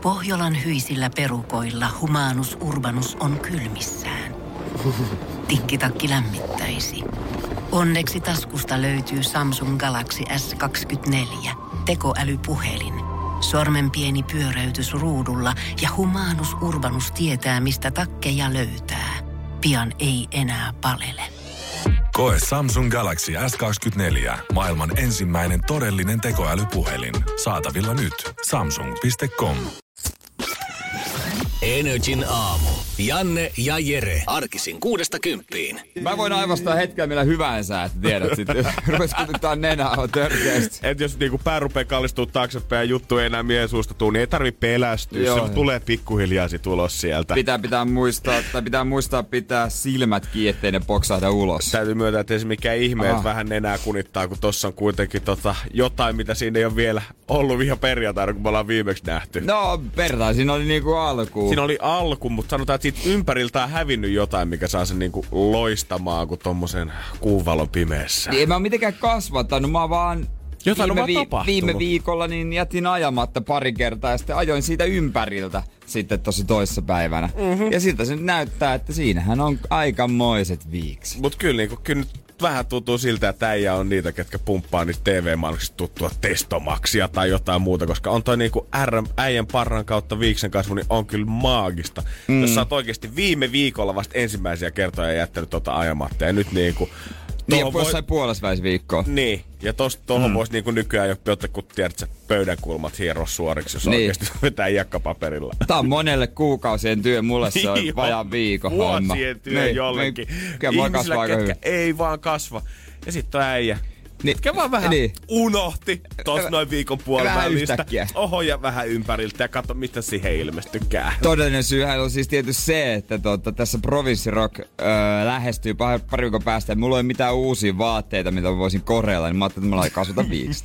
Pohjolan hyisillä perukoilla Humanus Urbanus on kylmissään. Tikkitakki lämmittäisi. Onneksi taskusta löytyy Samsung Galaxy S24. Tekoälypuhelin. Sormen pieni pyöräytys ruudulla ja Humanus Urbanus tietää, mistä takkeja löytää. Pian ei enää palele. Koe Samsung Galaxy S24. Maailman ensimmäinen todellinen tekoälypuhelin. Saatavilla nyt. Samsung.com. Energin aamu. Janne ja Jere. Arkisin 6–10. Mä voin aivastaa hetkeä millä hyvänsä, että tiedät sitten. Rupes kutittaa nenää on törkeästi. Et jos niinku pää rupee kallistuu taaksepäin ja juttu ei enää miehen suusta tuu, niin ei tarvi pelästyä. Joo. Se tulee pikkuhiljaa sit ulos sieltä. Pitää muistaa pitää silmät kiinni, ettei ne poksahda ulos. Täytyy myöntää, että ei se mikään ihme, että vähän nenää kunittaa, kun tossa on kuitenkin jotain, mitä siinä ei ole vielä ollut ihan perjantaina, kun me ollaan viimeksi nähty. No, perjantai, siinä oli niinku alku. Siinä oli alku, mutta sanotaan, että siitä ympäriltä on hävinnyt jotain, mikä saa sen niinku loistamaan kuin tommosen kuuvalon pimeässä. Niin, en mä oo mitenkään kasvattanut, mä vaan viime viikolla niin jätin ajamatta pari kertaa ja sitten ajoin siitä ympäriltä sitten tossa toissa päivänä. Mm-hmm. Ja siltä se nyt näyttää, että siinähän on aikamoiset viiksi. Mut kyllä nyt vähän tuntuu siltä, että äijä on niitä, ketkä pumppaa niitä TV-mainoksista tuttua testomaksia tai jotain muuta, koska on toi niinku äijän parran kautta viiksen kasvu, niin on kyllä maagista. Jos sä oot oikeesti viime viikolla vasta ensimmäisiä kertoja jättänyt ajamatta ja nyt niinku... Niin, jossain puolesväisviikkoa. Niin, ja tohon voisi niinku nykyään jo jotkut tiedät pöydän kulmat hieroa suoriksi, jos oikeesti vetää jakkapaperilla. Tää on monelle kuukausien työ, mulle se on vajaan viikon homma. Vuosien työ jollekin. Ihmisillä, ketkä ei vaan kasva. Ja sit on äijä. Ketkä vaan vähän unohti tossa noin viikon puolivälistä. Oho, ja vähän ympäriltä ja katso, mitä siihen ilmestykään. Todellinen syyhän on siis tietysti se, että tässä Province Rock lähestyy pari viikon päästä. Ja mulla ei ole mitään uusia vaatteita, mitä mä voisin koreilla, niin mä ajattelin, että mä kasvata viiksi.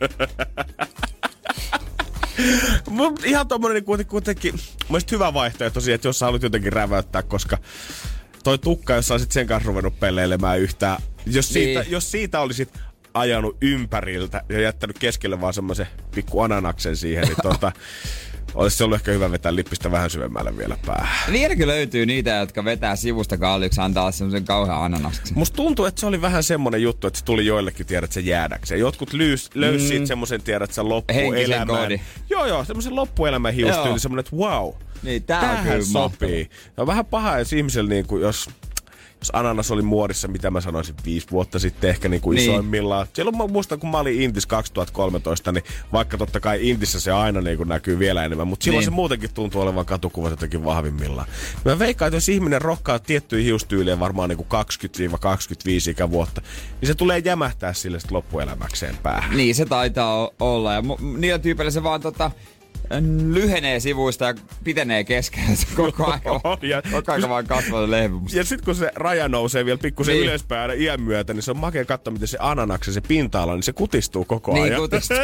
Ihan tommonen kuitenkin mielestäni hyvä vaihtoehto siihen, että jos sä haluat jotenkin räväyttää, koska toi tukka, jos sä olisit sen kanssa ruvennut pelleilemään yhtään. Jos siitä olisit ajanut ympäriltä ja jättänyt keskelle vaan semmoisen pikku ananaksen siihen, niin olisi se ollut ehkä hyvä vetää lippistä vähän syvemmälle vielä päähän. Vieläkö löytyy niitä, jotka vetää sivusta kalliksi antaa semmoisen kauhean ananaksen? Musta tuntuu, että se oli vähän semmonen juttu, että se tuli joillekin, tiedät, se jäädäkseen. Jotkut löysi siitä semmosen, tiedät, se loppuelämän. Joo, semmosen loppuelämän hiustyyli, semmonen, että wow. Niin, tämähän sopii. On vähän paha, jos ihmisellä niinku, jos ananas oli muodissa, mitä mä sanoisin, 5 vuotta sitten ehkä niinku isoimmillaan. Silloin mä muistan, kun mä olin Intis 2013, niin vaikka totta kai Intissä se aina niinku näkyy vielä enemmän, mutta silloin se muutenkin tuntuu olevan katukuvat jotenkin vahvimmillaan. Mä veikkaan, että jos ihminen rokkaa tiettyjä hiustyyliä varmaan niinku 20–25 ikävuotta, niin se tulee jämähtää sille loppuelämäkseen päähän. Niin, se taitaa olla. Ja niillä tyypeillä se vaan lyhenee sivuista ja pitenee keskellä koko ajan vaan kasvaa lehmä. Ja sit kun se raja nousee vielä pikkusen ylöspäin iän myötä, niin se on makea katsoa, miten se ananaksen, se pinta-ala, niin se kutistuu koko ajan. Niin kutistuu.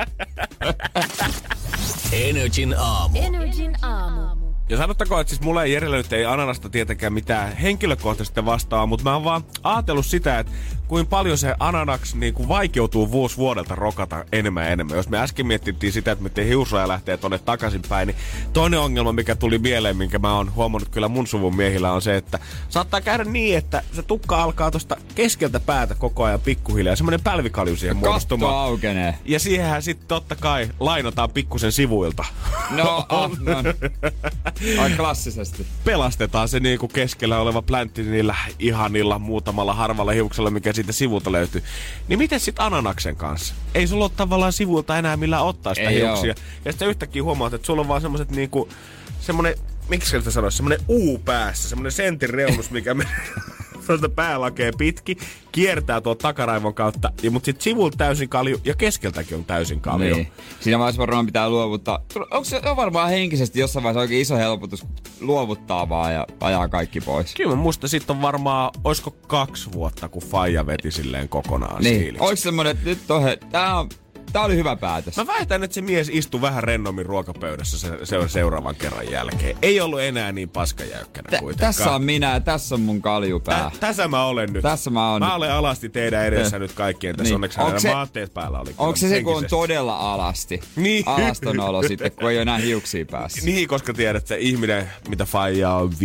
Energin aamu. Ja sanottakoon, että siis mulle ei Jerelle nyt ei ananasta tietenkään mitään henkilökohtaisesti vastaa, mutta mä oon vaan ajatellut sitä, että kuinka paljon se ananaks niin kuin vaikeutuu vuodelta rokata enemmän ja enemmän. Jos me äsken mietittiin sitä, että miten hiusraja lähtee tonne takaisinpäin, niin toinen ongelma, mikä tuli mieleen, minkä mä oon huomannut kyllä mun suvun miehillä, on se, että saattaa käydä niin, että se tukka alkaa tosta keskeltä päätä koko ajan pikkuhiljaa. Semmoinen pälvikalju siihen muodostumaan. Katto aukenee. Ja siihenhän sitten totta kai lainataan pikkusen sivuilta. No. Ai klassisesti. Pelastetaan se niinku keskellä oleva pläntti niillä ihanilla muutamalla harvalla hiuksella, mikä siitä sivulta löytyy. Niin miten sit ananaksen kanssa? Ei sulla ole tavallaan sivuilta enää millään ottaa sitä hiuksia. Ja sitten yhtäkkiä huomaat, että sulla on vaan semmoset niinku, semmonen, miksi sitä sanoisi, semmonen päässä, semmonen sentin reunus, mikä menee päälakee pitki, kiertää tuon takaraivon kautta, mutta sit sivulta täysin kalju ja keskeltäkin on täysin kalju. Niin. Siinä vaiheessa varmaan pitää luovuttaa. Onko se varmaan henkisesti jossain vaiheessa oikein iso helpotus luovuttaa vaan ja ajaa kaikki pois? Kyllä musta sit on varmaan, oisko 2 vuotta, kun faija veti silleen kokonaan niin. siiliksi. Oliko semmonen, että nyt tää on tää oli hyvä päätös. Mä väitän, että se mies istui vähän rennommin ruokapöydässä se seuraavan kerran jälkeen. Ei ollut enää niin paskajäykkänä kuitenkaan. Tässä on minä ja tässä on mun kaljupää. Tässä mä olen nyt. Tässä mä olen alasti teidän edessä nyt kaikkien. Tässä onneksi hänellä vaatteet päällä oli. Onko se kun on todella alasti? Niin. Alaston olo sitten, kun ei ole enää hiuksia päässä. Niin, koska tiedät, että se ihminen, mitä faija on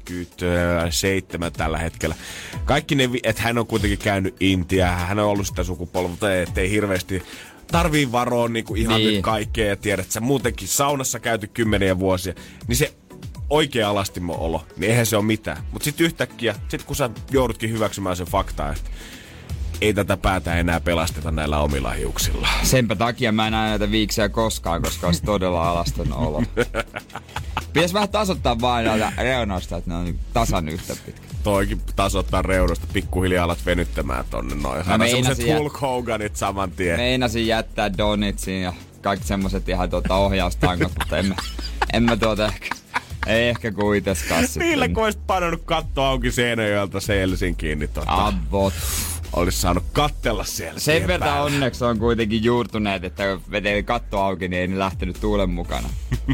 57 tällä hetkellä. Kaikki ne, että hän on kuitenkin käynyt Intiaa, hän on ollut sitä sukupolvaa, ettei hirveästi tarvii varoa niinku ihan nyt kaikkea. Ja tiedät, että sä muutenkin saunassa käyty 10 vuosia, niin se oikea alastimon olo, niin eihän se ole mitään. Mut sit yhtäkkiä, kun sä joudutkin hyväksymään sen faktaa, että ei tätä päätä enää pelasteta näillä omilla hiuksilla. Senpä takia mä en näe näitä viiksiä koskaan, koska olisi todella alaston olo. Pitäis vähän tasoittaa vaan näitä reunoista, että ne on tasan yhtä pitkä. Toikin tasoittaa reunoista, pikkuhiljaa alat venyttämään tonne noin. Saadaan semmoset Hulk Hoganit saman tien. Meinasin jättää Donitsin ja kaikki semmoset ihan ohjaustangot, mutta en mä ei ehkä kuitenkaan sitten. Niillä kun olisit painanut katto auki Seinäjoelta se Helsinkiin, niin Avot. Olisi saanut kattella siellä. Sen verran onneksi on kuitenkin juurtuneet, että kun veteli katto auki, niin ei ne lähtenyt tuulen mukana.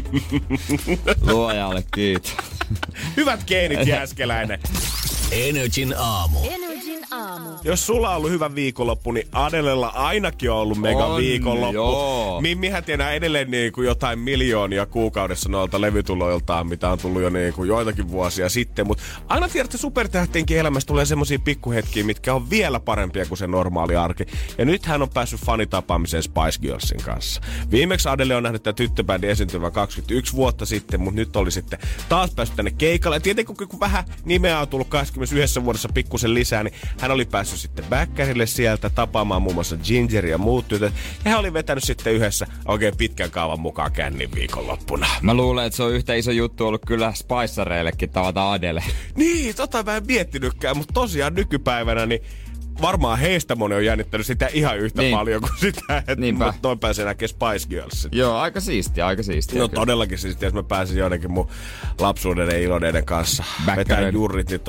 Luojalle kiitos. Hyvät geenit, Jääskeläinen. Energin aamu. Jos sulla on ollut hyvä viikonloppu, niin Adelella ainakin on ollut mega viikonloppu. Joo. Mimmihän tiedää edelleen niinku jotain miljoonia kuukaudessa noilta levytuloiltaan, mitä on tullut jo niinku joitakin vuosia sitten. Mutta aina tiedät, että supertähtienkin elämässä tulee semmosia pikkuhetkiä, mitkä on vielä parempia kuin se normaali arki. Ja nyt hän on päässyt fanitapaamiseen Spice Girlsin kanssa. Viimeksi Adele on nähnyt tämä tyttöbändi esiintyvän 21 vuotta sitten, mutta nyt oli sitten taas päässyt tänne keikalle. Ja tietenkin kun vähän nimeä on tullut 21 vuodessa pikkusen lisää, niin hän oli päässyt sitten bäkkärille sieltä tapaamaan muun muassa Ginger ja muut tytöt. Ja hän oli vetänyt sitten yhdessä oikein pitkän kaavan mukaan kännin viikonloppuna. Mä luulen, että se on yhtä iso juttu ollut kyllä Spicereillekin tavata Adele. Niin, mä en miettinytkään, mutta tosiaan nykypäivänä niin varmaan heistä moni on jännittänyt sitä ihan yhtä paljon kuin sitä, että toi pääsee näkemään Spice Girlsin. Joo, aika siistiä. No kyllä. Todellakin siistiä, jos mä pääsin jonnekin mun lapsuuden iloneiden kanssa vetään juurit, niin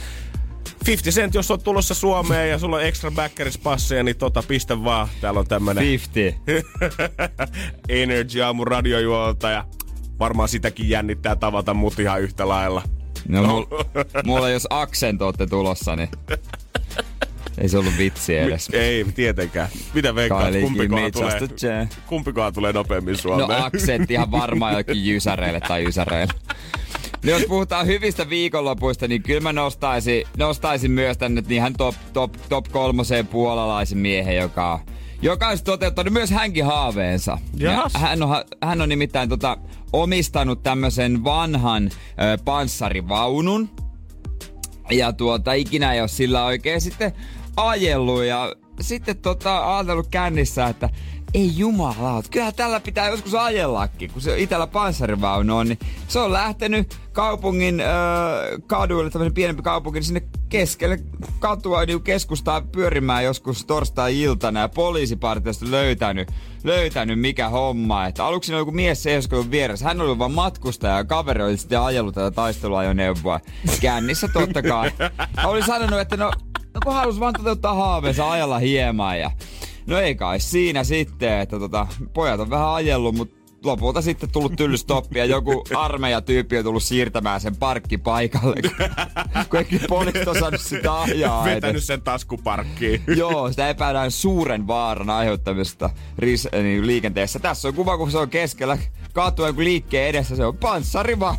50 Cent, jos on tulossa Suomeen ja sulla on extra backeris-passeja, niin pistä vaan. Täällä on tämmönen 50. Energy aamun radiojuontaja. Varmaan sitäkin jännittää tavata mut ihan yhtä lailla. No mulla jos Accent ootte tulossa, niin ei se ollut vitsi edes. Ei tietenkään. Mitä veikkaat? Kumpikohan tulee nopeammin Suomeen? No Accent ihan varmaan jokin jysäreille tai ysärille. No jos puhutaan hyvistä viikonlopuista, niin kyllä mä nostaisin myös tänne ihan top 3 puolalaisen miehen, joka olisi toteuttanut myös hänkin haaveensa. Hän on nimittäin omistanut tämmöisen vanhan panssarivaunun. Ja ikinä ei ole sillä oikein sitten ajellut ja sitten ajatellut kännissä, että ei jumalauta, kyllähän tällä pitää joskus ajellakin, kun se itellä panssarivaunu on, niin se on lähtenyt kaupungin kaduille, tämmöisen pienempi kaupunki, niin sinne keskelle katua niin keskustaa pyörimään joskus torstai-iltana ja poliisipartiosta löytänyt mikä homma. Että aluksi oli joku mies seiskonut vieressä. Hän oli vaan matkustaja ja kaveri oli sitten ajellut tätä taisteluajoneuvoa kännissä totta kai. Hän oli sanonut, että no kun halusi vaan toteuttaa haaveensa ajalla hieman ja no ei kai siinä sitten, että pojat on vähän ajellut, mutta lopulta sitten tullut tyllystoppi ja joku armeijatyyppi on tullut siirtämään sen parkkipaikalle, kun ei poliisit osannut sitä ajaa. Vetänyt sen taskuparkkiin. Joo, sitä epäillään suuren vaaran aiheuttamista liikenteessä. Tässä on kuva, kun se on keskellä katua joku liikkeen edessä, se on panssariva.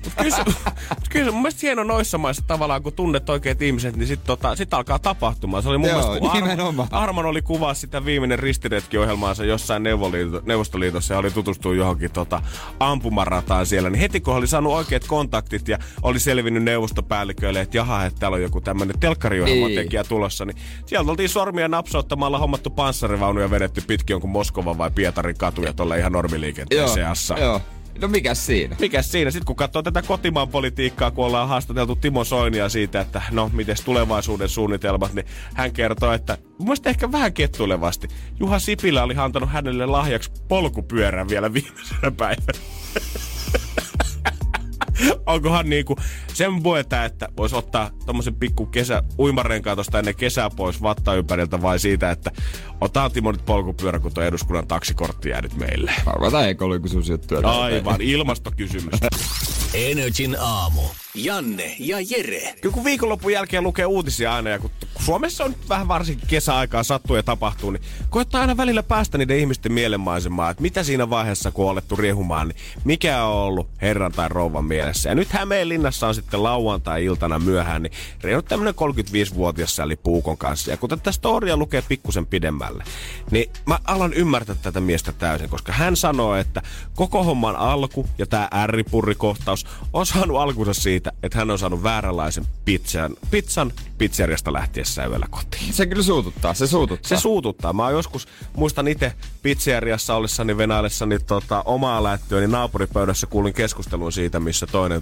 Kyllä se mun mielestä hieno noissa maissa tavallaan, kun tunnet oikeat ihmiset, niin sit alkaa tapahtumaan. Se oli mun mielestä, Arman oli kuvaa sitä viimeinen ristiretki-ohjelmaansa jossain Neuvostoliitossa ja oli tutustunut johonkin ampumarataan siellä. Niin heti kun oli saanut oikeat kontaktit ja oli selvinnyt neuvostopäälliköille, että jaha, että täällä on joku tämmönen telkkariohjelmatekijä tulossa, niin sieltä oltiin sormia napsauttamalla hommattu panssarivaunu ja vedetty pitkin jonkun Moskovan vai Pietarin katuja tuolla ihan normiliikenteen seassa. Joo. No mikäs siinä? Sitten kun katsoo tätä kotimaan politiikkaa, kun ollaan haastateltu Timo Soinia siitä, että no mites tulevaisuuden suunnitelmat, niin hän kertoo, että mun mielestä ehkä vähän kettuilevasti. Juha Sipilä oli antanut hänelle lahjaksi polkupyörän vielä viimeisenä päivänä. Onkohan niinku sen voetaan, että vois ottaa tommosen pikku uimarenkaan tosta ennen kesää pois vatta ympäriltä vai siitä, että otetaan Timo nyt polkupyörä, kun tuo eduskunnan taksikortti jää nyt meille. Arvataan ekoloogisuusjuttuja. Aivan, ilmastokysymys. Energin aamu. Janne ja Jere. Kyllä kun viikonlopun jälkeen lukee uutisia aina, ja kun Suomessa on vähän varsinkin kesäaikaa sattuu ja tapahtuu, niin koettaa aina välillä päästä niiden ihmisten mielenmaisemaan, että mitä siinä vaiheessa, kun on alettu riehumaan, niin mikä on ollut herran tai rouvan mielessä. Ja nyt Hämeenlinnassa on sitten lauantai-iltana myöhään, niin reunut tämmönen 35-vuotias sälli puukon kanssa. Ja kun tätä storia lukee pikkusen pidemmälle, niin mä alan ymmärtää tätä miestä täysin, koska hän sanoo, että koko homman alku ja tää ärripurrikohtaus on saanut alkunsa siitä, että hän on saanut vääränlaisen pizzan pizzeriasta lähtiessä yöllä kotiin. Se kyllä suututtaa, se suututtaa. Mä joskus muistan itse pizzeriassa ollessani venaillessani omaa lättyä, niin naapuripöydässä kuulin keskustelun siitä, missä toinen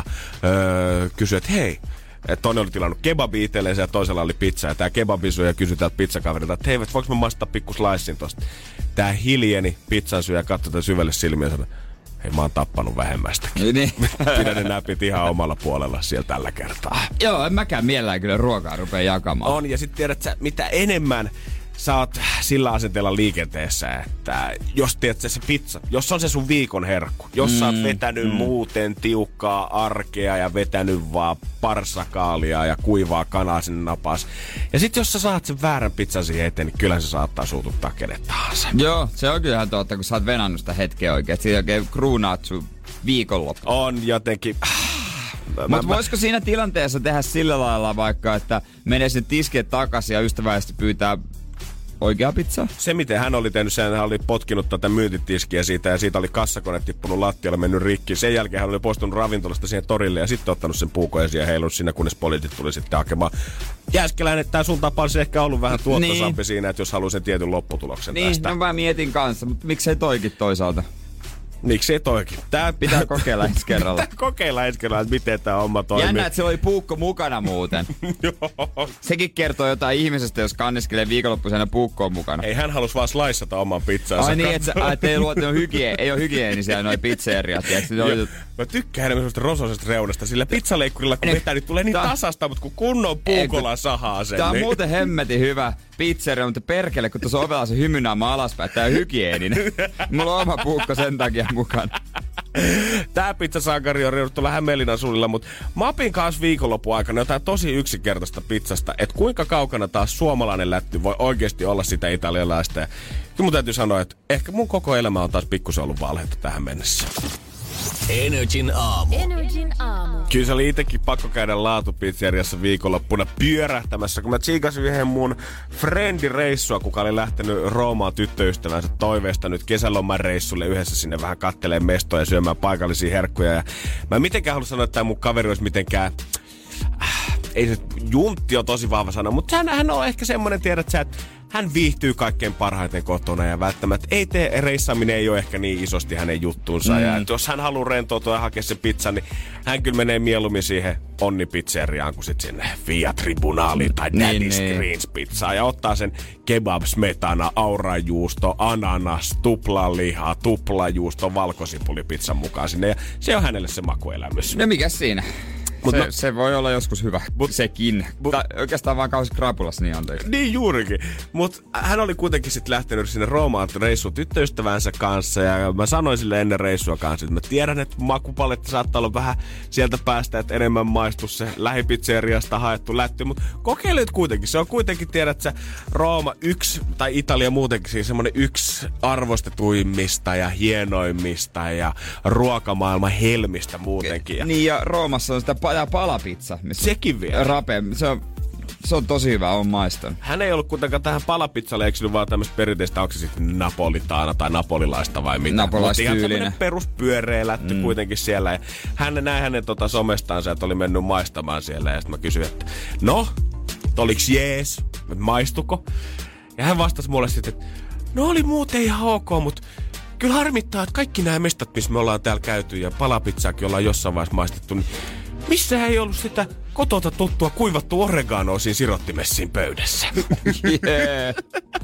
kysyi, että hei, että toinen oli tilannut kebabi itselleen ja toisella oli pizza. Ja tää kebabisyöjä kysyi täältä pizzakaverilta, että hei, voiko mä maistaa pikku slicein tosta. Tää hiljeni pizzan syöjä katsoi tätä syvälle silmiä ja sanoi, hei, mä oon tappanut vähemmästäkin. Niin. Pidä ne näpit ihan omalla puolella siellä tällä kertaa. Joo, en mäkään mielellään kyllä ruokaa rupea jakamaan. On, ja sit tiedät sä, mitä enemmän sä oot sillä asenteella liikenteessä, että jos tiedät se pizza, jos on se sun viikon herkku, jos sä oot vetänyt muuten tiukkaa arkea ja vetänyt vaan parsakaalia ja kuivaa kanaa sinne napas. Ja sit jos sä saat sen väärän pizzan siihen eteen, niin kyllä se saattaa suututtaa kenet tahansa. Joo, se on kyllähän totta, kun sä oot venannut sitä hetkeä oikein, että siitä oikein kruunaat sun viikonloppu. On jotenkin. Mutta voisiko siinä tilanteessa tehdä sillä lailla vaikka, että menee sen tiskeen takaisin ja ystävällisesti pyytää oikea pizza? Se, miten hän oli tehnyt, hän oli potkinut tätä myyntitiskiä siitä ja siitä oli kassakone tippunut lattialle, mennyt rikki. Sen jälkeen hän oli poistunut ravintolasta siihen torille ja sitten ottanut sen puukon esiin ja heilunut siinä, kunnes poliitit tuli sitten hakemaan. Jääskeläinen, että tää sun tapa olisi ehkä ollut vähän tuottoisampi siinä, että jos haluaa sen tietyn lopputuloksen tästä. Niin, mä mietin kanssa, mutta miksei toikin toisaalta? Miksei toikin? Tää pitää kokeilla ensi kerralla. Pitää kokeilla ensi kerralla, että miten tää homma toimii. Jännä, että se oli puukko mukana muuten. Joo. Sekin kertoo jotain ihmisestä, jos kanniskelee viikonloppuisena puukkoon mukana. Ei, hän halus vaan sliceata oman pizzansa. Ai niin, että ei ole hygienisiä noi pizzeriat. Mä tykkään enemmän semmoista rosoisesta reunasta, sillä pizzaleikkurilla kun vetää, niin tulee niin tasasta, mutta kun kunnon puukolla sahaa sen. Tää on muuten hemmetin hyvä pizzeria, mutta perkele, kun tuossa ovella se hymynaama alaspäin, tää on hygieninen. Mulla on oma puukko sen takia mukana. Tää pizzasankari on reunut tuolla Hämeenlinnan suunnilla, mutta mä opin kanssa viikonlopun aikana jotain tosi yksinkertaista pizzasta, että kuinka kaukana taas suomalainen lätty voi oikeasti olla sitä italialaista. Ja kyllä mun täytyy sanoa, että ehkä mun koko elämä on taas pikkusen ollut valheita tähän mennessä. Energin aamu. Kyllä se oli itekin pakko käydä laatupizzeriassa viikonloppuna pyörähtämässä, kun mä tsiikasin yhden mun friendireissua, kuka oli lähtenyt Roomaan tyttöystävänsä toiveesta nyt kesälomareissulle yhdessä sinne vähän kattelee mestoja ja syömään paikallisia herkkuja. Ja mä en mitenkään halua sanoa, että tämä mun kaveri olisi mitenkään ei se juntti on tosi vahva sana, mutta hän on ehkä semmoinen, tiedät sä, että hän viihtyy kaikkein parhaiten kotona ja välttämättä reissaaminen ei ole ehkä niin isosti hänen juttuunsa. Ja jos hän haluaa rentoutua ja hakea sen pizzan, niin hän kyllä menee mieluummin siihen Onni-pizzeriaan kuin sitten sinne Fiat Tribunaaliin tai Daddy's Greens pizzaan ja ottaa sen kebab, smetana, aurajuusto, ananas, tuplaliha, tuplajuusto, valkosipulipizzan mukaan sinne ja se on hänelle se makuelämys. No mikäs siinä? Se voi olla joskus hyvä, sekin. Oikeastaan vaan kausi krapulassa, niin anteeksi. Niin juurikin. Mutta hän oli kuitenkin sitten lähtenyt sinne Roomaan reissuun tyttöystävänsä kanssa. Ja mä sanoin sille ennen reissua kanssa, että mä tiedän, että makupaletti saattaa olla vähän sieltä päästä, että enemmän maistuu se lähipizzeriasta haettu lätty. Mutta kokeilet kuitenkin. Se on kuitenkin, tiedät sä, Rooma yksi, tai Italia muutenkin, siis semmoinen yksi arvostetuimmista ja hienoimmista ja ruokamaailman helmistä muutenkin. Niin ja Roomassa on sitä palapizza. Sekin vielä. Rape. Se on tosi hyvä, on maistunut. Hän ei ollut kuitenkaan tähän palapizzalle eksynyt vaan tämmöistä perinteistä, onko se sitten napolitaana tai napolilaista vai mitä. Napolilaistyylinen. Ihan peruspyöreä lätty kuitenkin siellä. Ja hän näin hänen somestaansa, että oli mennyt maistamaan siellä. Ja sitten mä kysyin, että no, oliks jees? Maistuko? Ja hän vastasi mulle sitten, että no oli muuten ihan ok, mutta kyllä harmittaa, että kaikki nämä mestat, missä me ollaan täällä käyty ja palapizzaakin ollaan jossain vaiheessa maistettu, niin missä ei ollut sitä kotota tuttua kuivattua oreganoa siinä sirottimessa siinä pöydässä.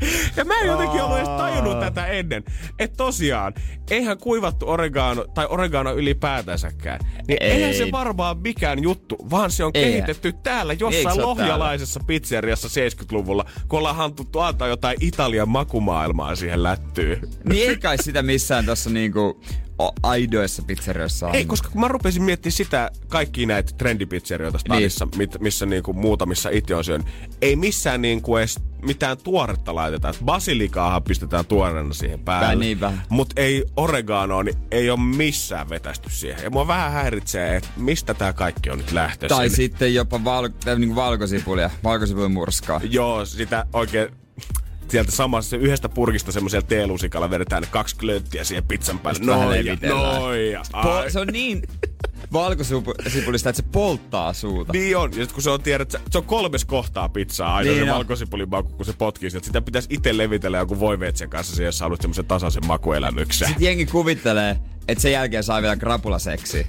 Ja mä en jotenkin ollut edes tajunnut tätä ennen. Että tosiaan, eihän kuivattu oregano tai oregano ylipäätänsäkään. Niin eihän se varmaan mikään juttu, vaan se on kehitetty täällä jossain lohjalaisessa pizzeriassa 70-luvulla, kun ollaan hantuttu antaa jotain Italian makumaailmaa siihen lättyyn. Niin ei kai sitä missään tossa niinku aidoissa pizzerioissa on. Ei, koska kun mä rupesin miettimään sitä, kaikkia näitä trendipizzerioita stadissa, missä niinku muutamissa itse on syönyt, ei missään niinku edes mitään tuoretta laitetaan. Basilikaahan pistetään tuoreena siihen päälle. Mutta ei oreganoa, niin ei ole missään vetästy siihen. Ja mua vähän häiritsee, että mistä tää kaikki on nyt lähtöisin. Tai sitten jopa niinku valkosipulimurskaa. Joo, sitä oikein sieltä samassa yhdestä purkista semmoisella teelusikalla vedetään ne 2 klönttiä siihen pizzan päälle. Noja. Se on niin valkosipulista, että se polttaa suuta. Niin on. Ja kun se on tiedät, se on 3 kohtaa pizzaa aina niin se valkosipulin maku, kun se potkii sieltä. Sitä pitäisi itse levitellä joku voiveitsen kanssa siihen, jos sä haluat semmoisen tasaisen makuelämyksen. Sitten jengi kuvittelee, että sen jälkeen saa vielä krapulaseksi.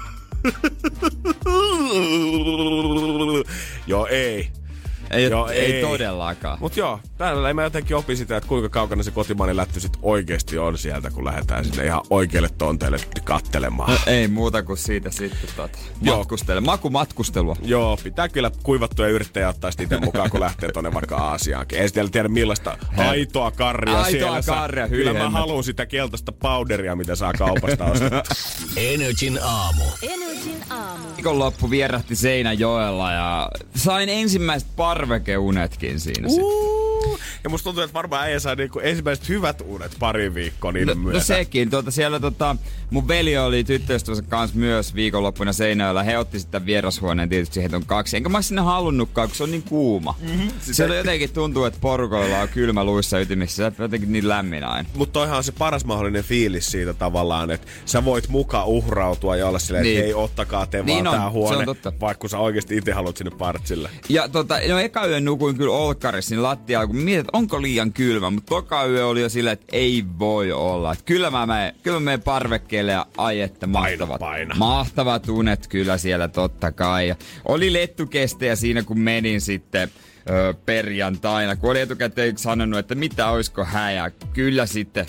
Joo, ei. Ei todellakaan. Mut joo, täällä mä jotenkin opin sitä, että kuinka kaukana se kotimainen lätty sit oikeesti on sieltä, kun lähdetään sinne ihan oikeille tonteille kattelemaan. No, ei muuta kuin siitä sitten makumatkustelua. Joo, pitää kyllä kuivattua ja yrittäjä ottaa sitä itse mukaan, kun lähtee tonne vaikka Aasiaankin. Ei siellä tiedä millaista aitoa karria siellä. Kyllä mä haluun sitä keltaista powderia, mitä saa kaupasta ostaa. Energin aamu. Viikonloppu vierähti Seinäjoella ja sain ensimmäiset parvekeunetkin siinä. Ja musta tuntuu, että varmaan äijä saa niinku ensimmäiset hyvät unet pari viikkoa niiden myötä. No sekin. Siellä mun veli oli tyttöystävänsä kanssa myös viikonloppuna Seinäjoella. He otti sitten vierashuoneen, tietysti heitä on 2. Enkä mä sinne halunnutkaan, kun se on niin kuuma. Siellä jotenkin tuntuu, että porukoilla on kylmä luissa ytimissä. Se on jotenkin niin lämmin aina. Mutta toihan on se paras mahdollinen fiilis siitä tavallaan, että sä voit muka uhrautua ja olla silleen, että hei, ottakaa te vaan tää huone. Vaikka sä oikeesti itse haluat sinne partsille. Ja eka yön nukuin kyllä olkkarissa niin lattialla, kun mietin, että onko liian kylmä. Mutta toka yö oli jo silleen, että ei voi olla. Että kyllä mä menen parvekkeelle ja että mahtavat unet kyllä siellä totta kai. Ja oli lettukestejä siinä, kun menin sitten perjantaina, kun oli etukäteen sanonut, että mitä oisko häjää. Kyllä sitten.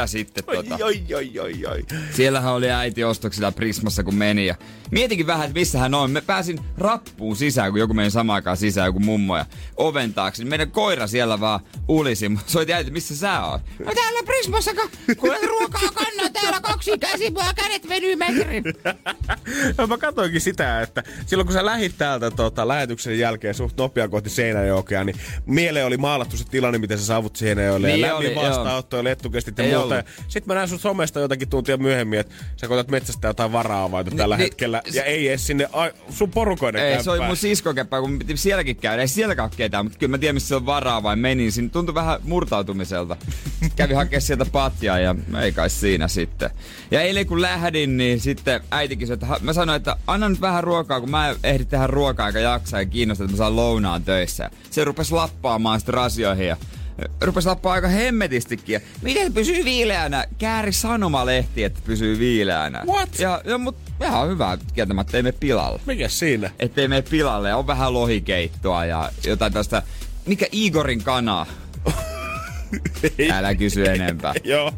Siellähän oli äiti ostoksilla Prismassa, kun meni. Ja mietinkin vähän, että missä hän on. Me pääsin rappuun sisään, kun joku meni samaan aikaan sisään, joku mummo ja oven taakse. Meidän koira siellä vaan ulisi. Soitin äiti, missä sä oot? No täällä Prismassa, kun ruokaa kannaa täällä 2 käsipuja ja kädet venyy metrin. Mä katsoinkin sitä, että silloin kun sä lähit täältä lähetyksen jälkeen suht nopea kohti Seinäjokea, niin mieleen oli maalattu se tilanne, miten sä saavut Seinäjoelle. Niin ja lämmin vastaanotto ja lettukestit ja muuta. Sitten mä näin sun somesta jotakin tuntia myöhemmin, että sä koetat metsästää jotain varaavaita tällä hetkellä. Ja ei edes sinne sun porukoiden kämppään. Ei, se oli mun siskokäppää, kun piti sielläkin käydä. Ei sielläkään ketään, mutta kyllä mä tiedän, missä se on varaa menin. Siinä tuntui vähän murtautumiselta. Kävi hakea sieltä patjaa ja ei kai siinä sitten. Ja eilen kun lähdin, niin sitten äitikin sanoi, että mä sanoin, että anna nyt vähän ruokaa, kun mä ehdin tehdä ruokaa eikä jaksaa ja kiinnostaa, että mä saan lounaan töissä. Se rupesi lappaamaan sitten rasioihin ja rupesi lappaa aika hemmetistikin. Ja miten pysyy viileänä? Kääri sanomalehti, että pysyy viileänä. What? Ja mut ihan hyvä kieltämättä, ei mene pilalle. Mikäs siinä? Ettei mene pilalle. On vähän lohikeittoa ja jotain tästä. Mikä Igorin kanaa? Älä kysy enempää. Joo.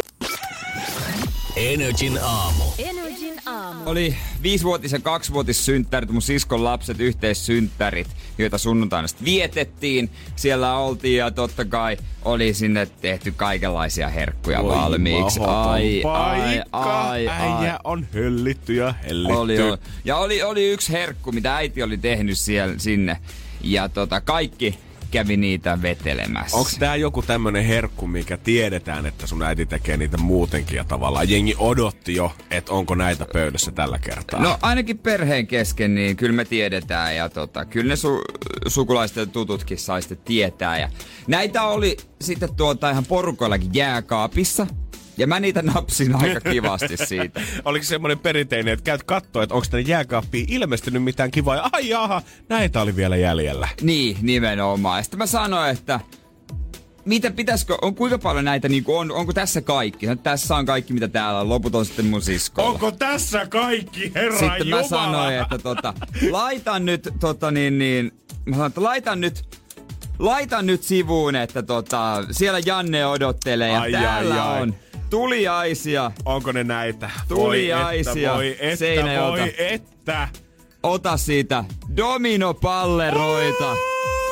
Energin aamu. Oli 5-vuotis- ja 2-vuotissynttärit, mun siskon lapset, yhteissynttärit, joita sunnuntaina vietettiin. Siellä oltiin ja totta kai oli sinne tehty kaikenlaisia herkkuja valmiiksi. Ai. Äijä on höllitty ja hellitty. Oli yksi herkku, mitä äiti oli tehnyt sinne. Ja kaikki kävi niitä vetelemässä. Onks tää joku tämmönen herkku, mikä tiedetään, että sun äiti tekee niitä muutenkin ja tavallaan jengi odotti jo, että onko näitä pöydässä tällä kertaa? No ainakin perheen kesken, niin kyllä me tiedetään ja kyllä ne sukulaiset ja tututkin sai sitten tietää. Ja näitä oli sitten ihan porukoillakin jääkaapissa. Ja mä niitä napsin aika kivasti siitä. Oliko semmoinen perinteinen, että käyt kattoo, että onko tänne jääkaappiin ilmestynyt mitään kivaa? Ja ai jaha, näitä oli vielä jäljellä. Niin, nimenomaan. Ja sitten mä sanoin, että kuinka paljon näitä on? Onko tässä kaikki? No, tässä on kaikki, mitä täällä on. Loput on sitten mun siskolla. Onko tässä kaikki, herra sitten Jumala? Sitten mä sanoin, että laitan nyt, laitan nyt laita nyt sivuun, että siellä Janne odottelee ja täällä on tuliaisia. Onko ne näitä? Tuliaisia. Voi että. Ota siitä dominopalleroita.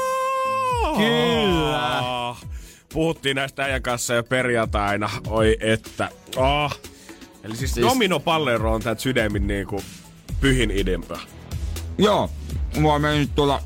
Kyllä. Puhuttiin näistä äijän kanssa jo perjantaina. Oi että. Eli siis dominopallero on tää sydämin niinku pyhin idempää. Joo. Mua meni nyt tulla.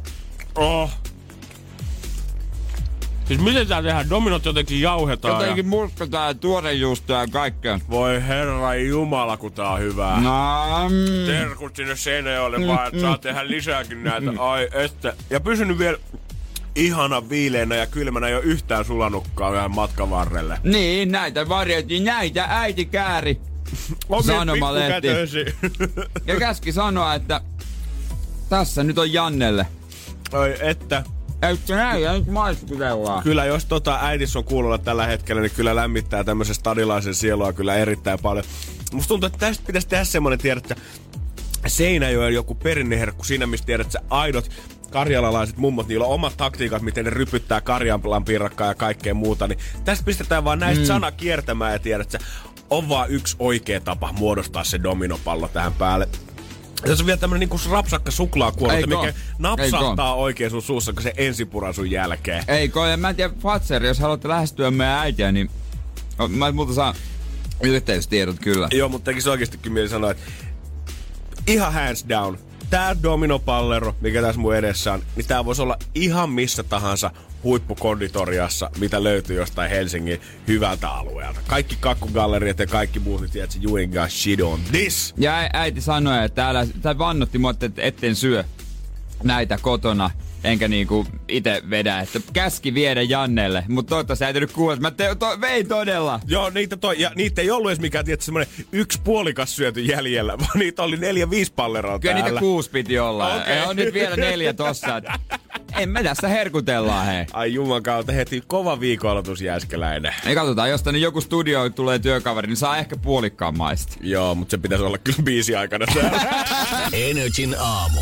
Siis miten tää tehdään? Dominot jotenkin jauhetaan. Jotenkin murskataan ja tuorejuustoa ja kaikkea. Voi herra jumala, kun tää on hyvää. Terkut sinne Seinäjoelle vaan, että saa tehdä lisääkin näitä. Ai että. Ja pysynyt vielä ihana viileänä ja kylmänä, ei oo yhtään sulanutkaan vähän matkan varrelle. Niin, näitä varjeltiin. Näitä äiti kääri. Sanomalehti. Ja käski sanoa, että tässä nyt on Jannelle. Oi että. Eikö näin? Nyt maiskutellaan. Kyllä, jos äitis on kuulolla tällä hetkellä, niin kyllä lämmittää tämmöisen stadilaisen sielua kyllä erittäin paljon. Musta tuntuu, että tästä pitäisi tehdä semmonen, tiedät, että Seinäjoella joku perinneherkku siinä, missä tiedät, että aidot karjalalaiset mummot, niillä on omat taktiikat, miten ne rypyttää karjanpalan piirakkaa ja kaikkea muuta. Niin tästä pistetään vaan näistä sana kiertämään ja tiedät, että on vaan yksi oikea tapa muodostaa se dominopallo tähän päälle. Tässä on vielä tämmönen niinku rapsakka suklaakuorta, mikä napsahtaa oikein sun suussa, kun se ensipurasun jälkeen. Ja mä en tiedä, Fatser, jos haluatte lähestyä meidän äitiä, niin mä multa saan yhteystiedot kyllä. Joo, mutta tekis oikeestikin mieli sanoa, että ihan hands down. Tää dominopallero, mikä tässä mun edessä on, niin tää voisi olla ihan missä tahansa huippukonditoriassa, mitä löytyy jostain Helsingin hyvältä alueelta. Kaikki kakkugalleriat ja kaikki muut, niin tiedät, you ain't got shit on this. Ja äiti sanoi, että tai vannotti mua, että etten syö näitä kotona, enkä niinku ite vedä, että käski viedä Jannelle. Mutta toivottavasti äiti nyt kuulee, että mä vein todella. Joo, niitä ei ollut edes mikään, tietysti semmonen 1 puolikas syöty jäljellä, vaan niitä oli 4-5 palleroa kyllä täällä. Niitä 6 piti olla. Okay. Ja on nyt vielä 4 tossa. En me tässä herkutellaan, hei. Ai juman kautta heti kova viikonaloitus Jääskeläinen. Ei katsotaan, jos tänne joku studio tulee työkaveri, niin saa ehkä puolikkaan maista. Joo, mutta se pitäisi olla kyllä biisi aikana. Energin aamu.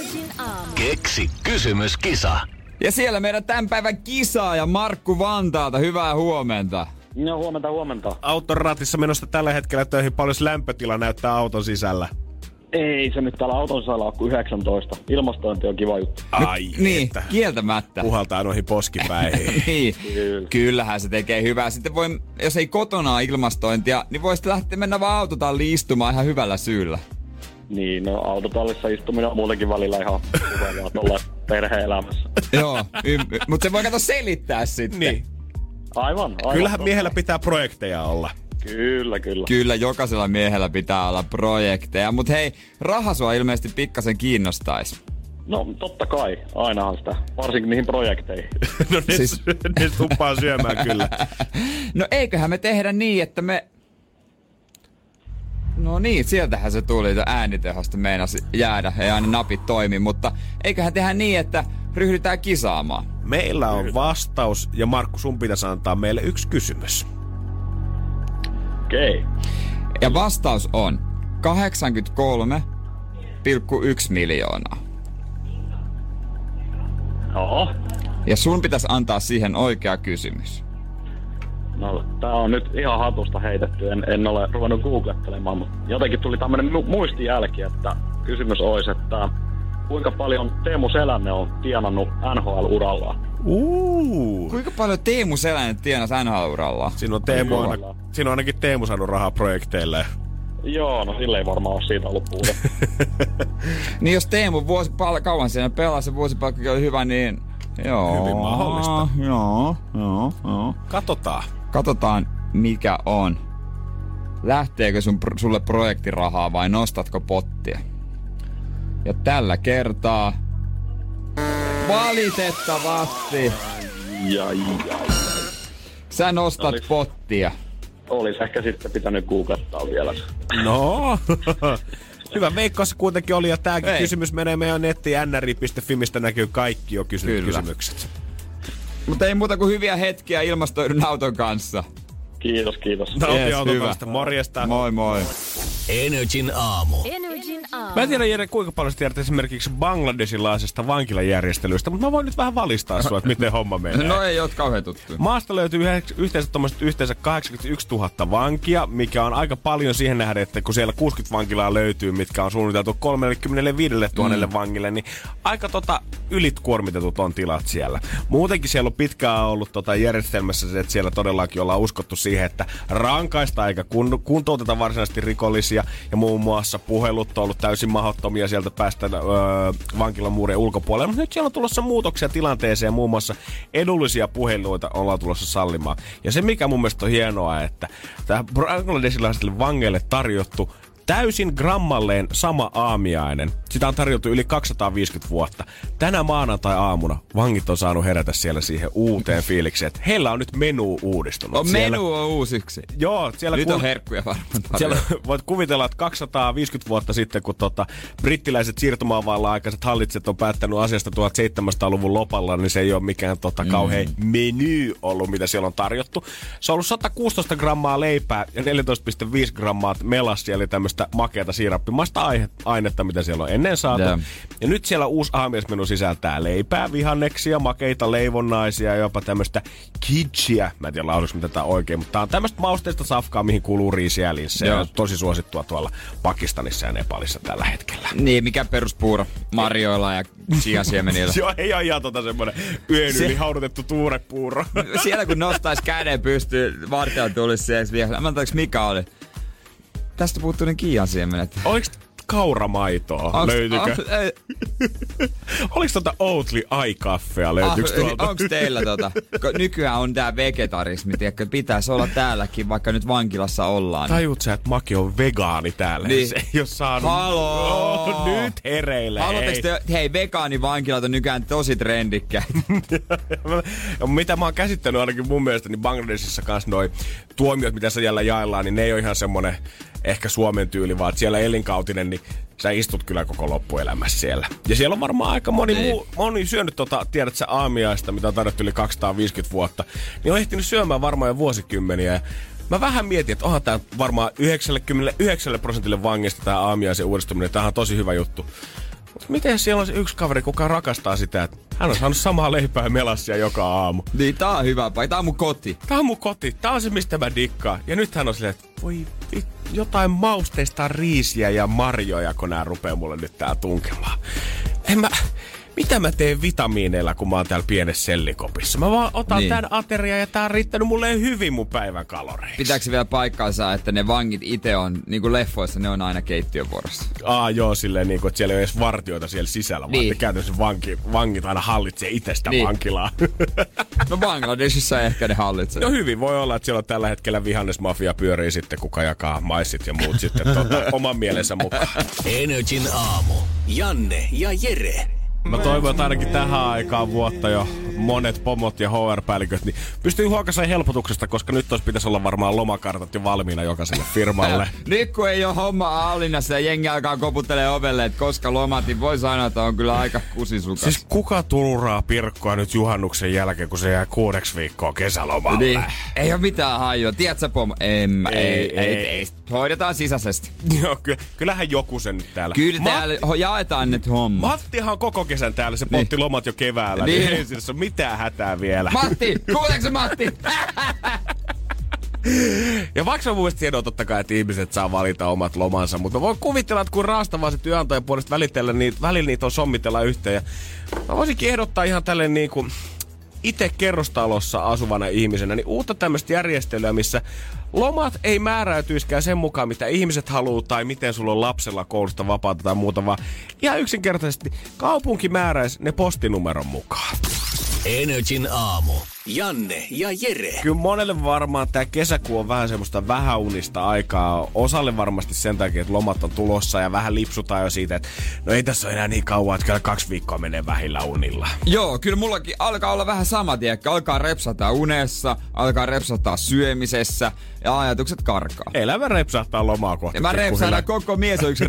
Keksi kysymyskisa. Ja siellä meidän tämän päivän kisaaja Markku Vantaalta. Hyvää huomenta. No huomenta. Auton ratissa menossa tällä hetkellä töihin. Paljon lämpötila näyttää auton sisällä? Ei se nyt täällä auton sisällä ole kuin 19. Ilmastointi on kiva juttu. Ai niin, kieltämättä. Puhaltaa noihin poskipäihin. Niin, kyllähän se tekee hyvää. Sitten voi, jos ei kotona ole ilmastointia, niin voi sitten lähteä mennä vaan autotalliin istumaan ihan hyvällä syyllä. Niin, no autotallissa istuminen on muutenkin välillä ihan hyvä tuolla perhe-elämässä. Joo, mutta se voi kato selittää sitten. Niin. Aivan. Kyllähän miehellä pitää projekteja olla. Kyllä. Kyllä, jokaisella miehellä pitää olla projekteja. Mutta hei, raha sua ilmeisesti pikkasen kiinnostaisi. No totta kai, ainahan sitä, varsinkin niihin projekteihin. No ne tuppaa syömään kyllä. No eiköhän me tehdä niin, että me... No niin, sieltähän se tuli, äänitehosta meinasi jäädä, ei aina napit toimi, mutta eiköhän tehdä niin, että ryhdytään kisaamaan. Meillä on vastaus ja Markku, sun pitäisi antaa meille yksi kysymys. Okei. Ja vastaus on 83,1 miljoonaa. Joo. Ja sun pitäisi antaa siihen oikea kysymys. No, tää on nyt ihan hatusta heitetty. En ole ruvennut googlettelemaan, mutta jotenkin tuli tämmönen muistijälki, että kysymys olisi, että kuinka paljon Teemu Selänne on tienannut NHL-urallaan? Kuinka paljon Teemu Selänne tienasi NHL-urallaan? Siinä on ainakin Teemu saanut rahaa projekteille. Joo, no sille ei varmaan ole siitä ollut puute. Niin jos Teemu kauan siinä pelasi ja vuosipalkkakin oli hyvä, niin joo. Hyvin mahdollista. Joo. Katsotaan mikä on. Lähteekö sulle projektirahaa vai nostatko pottia? Ja tällä kertaa valitettavasti sä nostat pottia. Olisi ehkä sitten pitänyt googlettaa vielä. No, hyvä veikkaus kuitenkin oli, ja tääkin kysymys menee meidän nettiin nri.fi, mistä näkyy kaikki jo kysymykset. Mutta ei muuta kuin hyviä hetkiä ilmastoidun auton kanssa. Kiitos. Nauti auton kanssa, morjesta. Moi. Energin aamu. Mä en tiedä, Jere, kuinka paljon tiedät esimerkiksi bangladesilaisesta vankilajärjestelystä, mutta mä voin nyt vähän valistaa sua, että miten homma menee. No ei ole kauhean tuttu. Maasta löytyy yhteensä 81 000 vankia, mikä on aika paljon siihen nähden, että kun siellä 60 vankilaa löytyy, mitkä on suunniteltu 35 000 vangille, niin aika ylikuormitetut on tilat siellä. Muutenkin siellä on pitkään ollut järjestelmässä se, että siellä todellakin ollaan uskottu siihen, että rankaista eikä kuntouteta varsinaisesti rikollisia, ja muun muassa puhelut on ollut täysin mahdottomia sieltä päästä vankilan muurien ulkopuolelle. Mutta nyt siellä on tulossa muutoksia tilanteeseen, muun muassa edullisia puheluita ollaan tulossa sallimaan. Ja se, mikä mun mielestä on hienoa, että tämä bangladesilaisille vangeille tarjottu täysin grammalleen sama aamiainen. Sitä on tarjottu yli 250 vuotta. Tänä maanantai-aamuna vangit on saanut herätä siellä siihen uuteen fiilikseen, että heillä on nyt menu uudistunut. Menu on uusiksi. Joo. Siellä nyt on herkkuja varmaan. Siellä voit kuvitella, että 250 vuotta sitten, kun brittiläiset siirtomaavallan-aikaiset hallitset on päättänyt asiasta 1700-luvun lopalla, niin se ei ole mikään kauhean menu ollut, mitä siellä on tarjottu. Se on ollut 116 grammaa leipää ja 14,5 grammaa melassia, eli tämmöistä makeata siirappimaista ainetta, mitä siellä on ennen saatu. Yeah. Ja nyt siellä uusi aamiaismenu sisältää leipää, vihanneksia, makeita leivonnaisia ja jopa tämmöistä kidjiä. Mä en tiedä lausuks mitä tää oikein, mutta tää on tämmöistä mausteista safkaa, mihin kuuluu riisiä ja linssejä. Yeah. Tosi suosittua tuolla Pakistanissa ja Nepalissa tällä hetkellä. Niin, mikä peruspuuro? Marjoilla ja chiasiamenillä. Joo, ei ole ihan semmonen yön yli haudutettu tuurepuuro. Siellä kun nostais käden pystyyn, vartijalla tulisi siihen vielä. Mä antaaks mikä oli? Tästä puuttuu ne kiiasiemenet. Oliks kauramaitoa? Löytyykö? Oliks Oatly Ai-kaffea? Löytyykö tuolta? Onks teillä nykyään on tää vegetarismi, tiedätkö? Pitäis olla täälläkin, vaikka nyt vankilassa ollaan. Tajut sä, että Maki on vegaani täällä? Niin. Se ei oo saanut... Haloo! Nyt hereille. Haluatteko te... Hei, vegaanivankilat on nykyään tosi trendikkäitä. Mitä mä oon käsittänyt ainakin mun mielestä, niin Bangladesissa kanssa noi tuomiot, mitä siellä jaellaan, niin ne ei oo ihan semmonen ehkä Suomen tyyli, vaan siellä elinkautinen, niin sä istut kyllä koko loppuelämässä siellä. Ja siellä on varmaan aika moni syönyt tiedät sä aamiaista, mitä on tarjottu yli 250 vuotta, niin on ehtinyt syömään varmaan jo vuosikymmeniä. Ja mä vähän mietin, että onhan tää varmaan 99% vangista tää aamiaisen uudistuminen. Tää on tosi hyvä juttu. Mutta miten siellä on se yksi kaveri, kuka rakastaa sitä, että hän on saanut samaa leipää ja melassia joka aamu. Niin, tää on hyvä paikka. Tää on mun koti. Tää on mun koti. Tää on se, mistä mä dikkaan. Ja nyt hän on silleen, että voi jotain mausteista riisiä ja marjoja, kun nää rupee mulle nyt tää tunkemaan. Mitä mä teen vitamiineilla, kun mä oon täällä pienessä sellikopissa? Mä vaan otan tän ateria ja tää on riittänyt mulle hyvin mun päivän kaloreiksi. Pitääkö vielä paikkaansa, että ne vangit ite on, niinku leffoissa, ne on aina keittiövuorossa? Joo, silleen niinku, että siellä ei ole edes vartioita siellä sisällä, vaan että käytännössä vangit aina hallitsee itsestä vankilaa. No Bangladesissa ehkä ne hallitsee. No hyvin, voi olla, että siellä on tällä hetkellä vihannesmafia pyörii sitten, kuka jakaa maissit ja muut sitten oman mielensä mukaan. NRJ:n aamu. Janne ja Jere. Mä toivon, että ainakin tähän aikaan vuotta jo monet pomot ja HR-päälliköt niin pystyy huokasemaan helpotuksesta, koska nyt pitäisi olla varmaan lomakartat jo valmiina jokaiselle firmalle. Nyt kun ei ole homma hallinnassa ja jengi alkaa koputtelee ovelle, että koska lomat, niin voi sanoa, että on kyllä aika kusisukas. Siis kuka turaa Pirkkoa nyt juhannuksen jälkeen, kun se jää 6 viikkoa kesälomalle? Niin. Ei ole mitään hajua. Tiedätkö, pomo? Ei. Hoidetaan sisäisesti. Joo, kyllähän joku sen nyt täällä. Kyllä täällä jaetaan nyt homma. Mattihan on koko kesän täällä. Se potti lomat jo keväällä. Niin ei siinä ole mitään hätää vielä. Matti! Kuuleeko Matti? Ja vaikka on mun mielestä hienoa totta kai, että ihmiset saa valita omat lomansa, mutta mä voin kuvitella, että kun raastavaa se työnantajan puolesta välillä niitä on sommitella yhteen. Ja mä voisinkin ehdottaa ihan tälleen niinku itse kerrostalossa asuvana ihmisenä, niin uutta tämmöistä järjestelyä, missä lomat ei määräytyiskään sen mukaan, mitä ihmiset haluaa tai miten sulla on lapsella koulusta vapaata tai muuta, vaan ihan yksinkertaisesti kaupunki määräisi ne postinumeron mukaan. NRJ:n aamu. Janne ja Jere. Kyllä monelle varmaan tää kesäkuu on vähän semmoista vähäunista aikaa. Osalle varmasti sen takia, että lomat on tulossa ja vähän lipsutaan jo siitä, että no ei tässä ole enää niin kauan, että kyllä 2 viikkoa menee vähillä unilla. Joo, kyllä mullakin alkaa olla vähän sama, tiedäkö? Alkaa repsata unessa, alkaa repsata syömisessä ja ajatukset karkaa. Elämä repsahtaa lomaa kohti. Ja mä repsahdan koko mies on yksi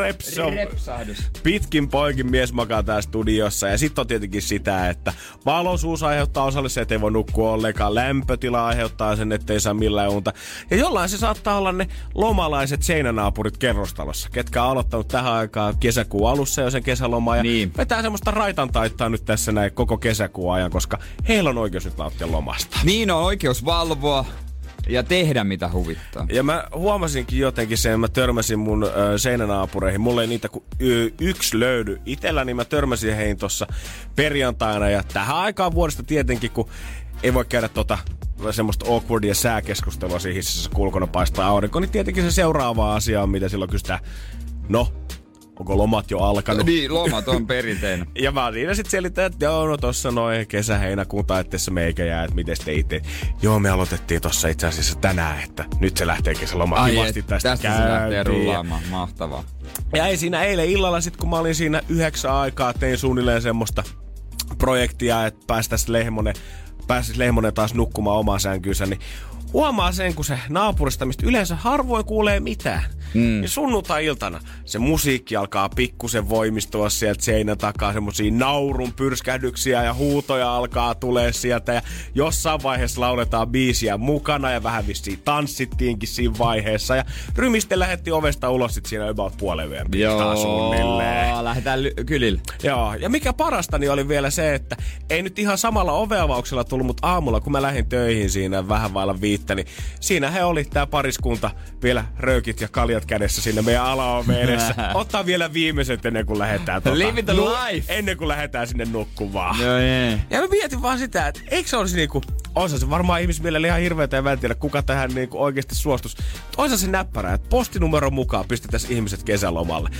repsahdus. Pitkin poikin mies makaa tää studiossa ja sit on tietenkin sitä, että valo kausuus aiheuttaa osalle se, ettei voi nukkua ollenkaan. Lämpötila aiheuttaa sen, ettei saa millään unta. Ja jollain se saattaa olla ne lomalaiset seinänaapurit kerrostalossa, ketkä on aloittanut tähän aikaan kesäkuun alussa jo sen kesälomaa. Ja vetää semmoista raitan taittaa nyt tässä näin koko kesäkuun ajan, koska heillä on oikeus nyt nauttia lomasta. Niin on oikeus valvoa ja tehdä mitä huvittaa. Ja mä huomasinkin jotenkin sen, mä törmäsin mun seinänaapureihin. Mulla ei niitä kuin yksi löydy itselläni. Mä törmäsin heihin tossa perjantaina ja tähän aikaan vuodesta tietenkin, kun ei voi käydä semmoista awkwardia sääkeskustelua siinä hississä, kun ulkona paistaa aurinko, niin tietenkin se seuraava asia on, mitä silloin kysytään. No, onko lomat jo alkanut? Niin, lomat on perinteinen. Ja mä siinä sit selitän, että joo, no tossa noin kesä-heinäkuun taitteessa meikä jää, että miten te itse. Joo, me aloitettiin tossa itse asiassa tänään, että nyt se lähtee kesäloma kivasti tästä käyntiin. Se lähtee rullaamaan, mahtavaa. Ja ei siinä eilen illalla sit, kun mä olin siinä 9 aikaa, tein suunnilleen semmoista projektia, että pääsis Lehmonen taas nukkumaan omaan sänkyynsä, niin huomaa sen, kun se naapurista, mistä yleensä harvoin kuulee mitään. Niin sunnuntai-iltana se musiikki alkaa pikkusen voimistua sieltä seinän takaa, semmosia naurun pyrskähdyksiä ja huutoja alkaa tulee sieltä ja jossain vaiheessa lauletaan biisiä mukana ja vähän vissiin tanssittiinkin siinä vaiheessa ja Rymiste lähetti ovesta ulos sit siinä about puolen yön suunnilleen. Lähdetään kylille. Joo, ja mikä parasta niin oli vielä se, että ei nyt ihan samalla oveavauksella tullut, mutta aamulla kun mä lähdin töihin siinä vähän vailla 5, niin siinä he oli tää pariskunta vielä röökit ja kaljat kädessä sinne meidän alaoveen edessä. Ottaa vielä viimeiset ennen kuin lähdetään Live the life! Ennen kuin lähdetään sinne nukkumaan. Joo, ja mä mietin vaan sitä, että eikö se olisi niinku, oisa se varmaan ihmismielellä ihan hirveätä ja mä en tiedä, kuka tähän niinku oikeasti suostus. Oisa se näppärä, että postinumeron mukaan pistetään ihmiset kesälomalle.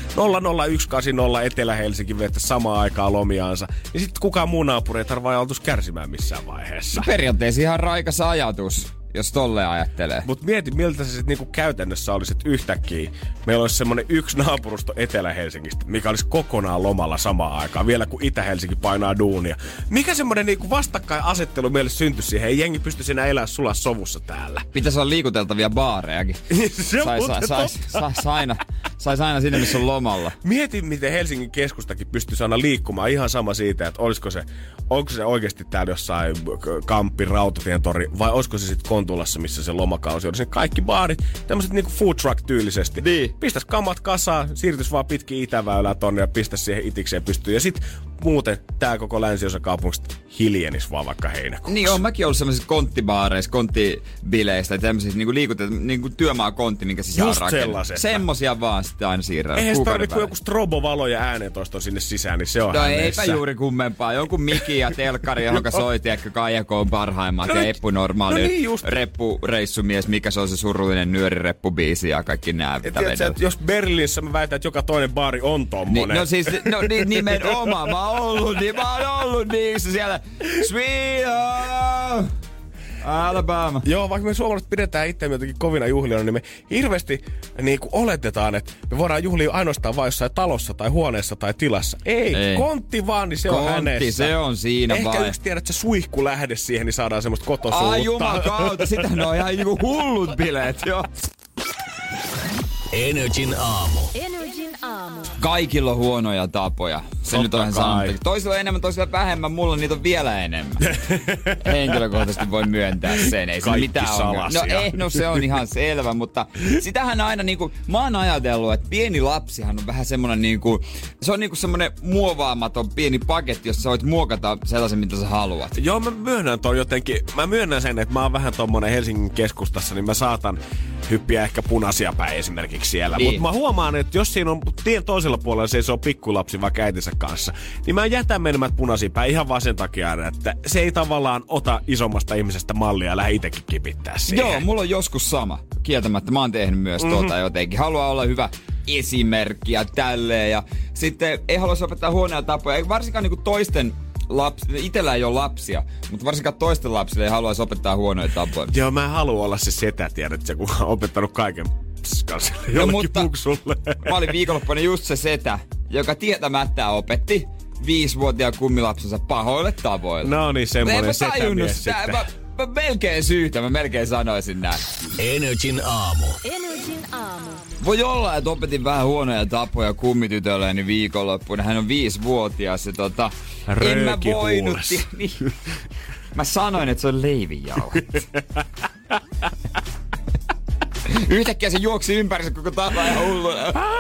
00180 Etelä-Helsinki viettää samaan aikaan lomiaansa. Niin sit kukaan muu naapuri ei tarvitse joutuisi kärsimään missään vaiheessa. Periaatteessa ihan raikas ajatus, jos tolleen ajattelee. Mut mieti, miltä se sit niinku käytännössä olisi, että yhtäkkiä meillä olisi semmonen yksi naapurusto Etelä-Helsingistä, mikä olisi kokonaan lomalla samaan aikaan, vielä kun Itä-Helsinki painaa duunia. Mikä semmonen niinku vastakkainasettelu meille syntyisi siihen? Ei jengi pysty enää elää sulaa sovussa täällä. Pitäisi olla liikuteltavia baarejakin. Sais aina sinne, missä on lomalla. Mieti, miten Helsingin keskustakin pystyisi aina liikkumaan ihan sama siitä, että onko se oikeasti täällä jossain Kamppi, Rautatientori, vai olisiko se sitten Kontulassa, missä se lomakausi on. Sen kaikki baarit, tämmöiset niinku food truck tyylisesti. Niin. Pistäis kamat kasaan, siirtys vaan pitkin Itäväylää tonne ja pistäis siihen itikseen pystyyn. Ja sit muuten tää koko länsiosa kaupungista hiljenis vaan vaikka heinäkuussa. Niin on mäkin ollut semmoisissa konttibaareissa, konttibileissä tai tämmöisissä niinku työmaakontti, minkä sisään rakennetaan. Semmosia vaan sitten aina siirrellä. Eihän se tarvitse, kun joku strobovalo ja äänentoisto sinne sisään, niin se on eipä juuri kummempaa. Jonkun miki ja telkkari, johonka soiti, ehkä Kaijako on parhaimmat ja Eppu normaali reppureissumies, mikä se on se surullinen nyörireppubiisi ja kaikki nää. Jos Berliinissä mä väitän, että joka toinen baari on tommonen. Nimenomaan. Mä oon ollut niissä siellä. Sweet home Alabama. Joo, vaikka me suomalaiset pidetään itseämme jotenkin kovina juhlijoina, niin me hirveästi niin kuin oletetaan, että me voidaan juhlia ainoastaan vain jossain talossa tai huoneessa tai tilassa. Ei. Kontti vaan, niin se on hänessä. Se on siinä vaan. Ehkä yksi tiedät, että se suihku lähde siihen, niin saadaan semmoista kotosuutta. Ai jumakauta, sitähän on ihan niinku hullut bileet, joo. Energin aamu. Kaikilla on huonoja tapoja. Se nyt on ihan sanottu. Toisilla on enemmän, toisilla vähemmän. Mulla niitä on vielä enemmän. Henkilökohtaisesti voi myöntää sen. Ei se mitään ongelmaa. No se on ihan selvä, mutta sitähän aina niinku, mä oon ajatellut, että pieni lapsihan on vähän semmonen niinku, se on niinku semmonen muovaamaton pieni paketti, jossa sä voit muokata sellaisen, mitä sä haluat. Joo, mä myönnän ton jotenkin. Mä myönnän sen, että mä oon vähän tommonen Helsingin keskustassa, niin mä saatan hyppiä ehkä punaisia päin esimerkiksi siellä. Niin. Mutta mä huomaan, että jos siinä on tien toisella puolella se on pikkulapsi vaikka äitinsä kanssa, niin mä jätän menemään punaisia päin ihan vaan sen takia, että se ei tavallaan ota isommasta ihmisestä mallia ja lähde itsekin kipittää siihen. Joo, mulla on joskus sama. Kieltämättä mä oon tehnyt myös jotenkin. Haluaa olla hyvä esimerkki ja tälleen. Ja sitten ei halua opettaa huonoja tapoja, ei varsinkaan niinku toisten itellä ei ole lapsia, mutta varsinkaan toisten lapsille ei haluaisi opettaa huonoja tapoja. Joo, mä en halua olla se setä, tiedätkö, kun on opettanut kaiken jollekin puksulle. Mä olin viikonloppuna just se setä, joka tietämättä opetti 5-vuotiaan kummilapsensa pahoille tavoille. No niin, semmoinen setämies sitten. melkein syytä, mä melkein sanoisin näin. Energin aamu. Voi olla, että opetin vähän huonoja tapoja kummitytölleni viikonloppuun. Hän on 5-vuotias ja en mä voinut... Niin. Mä sanoin, että se on leivinjauhat. Yhtäkkiä se juoksi ympärissä koko tapa ihan hullu.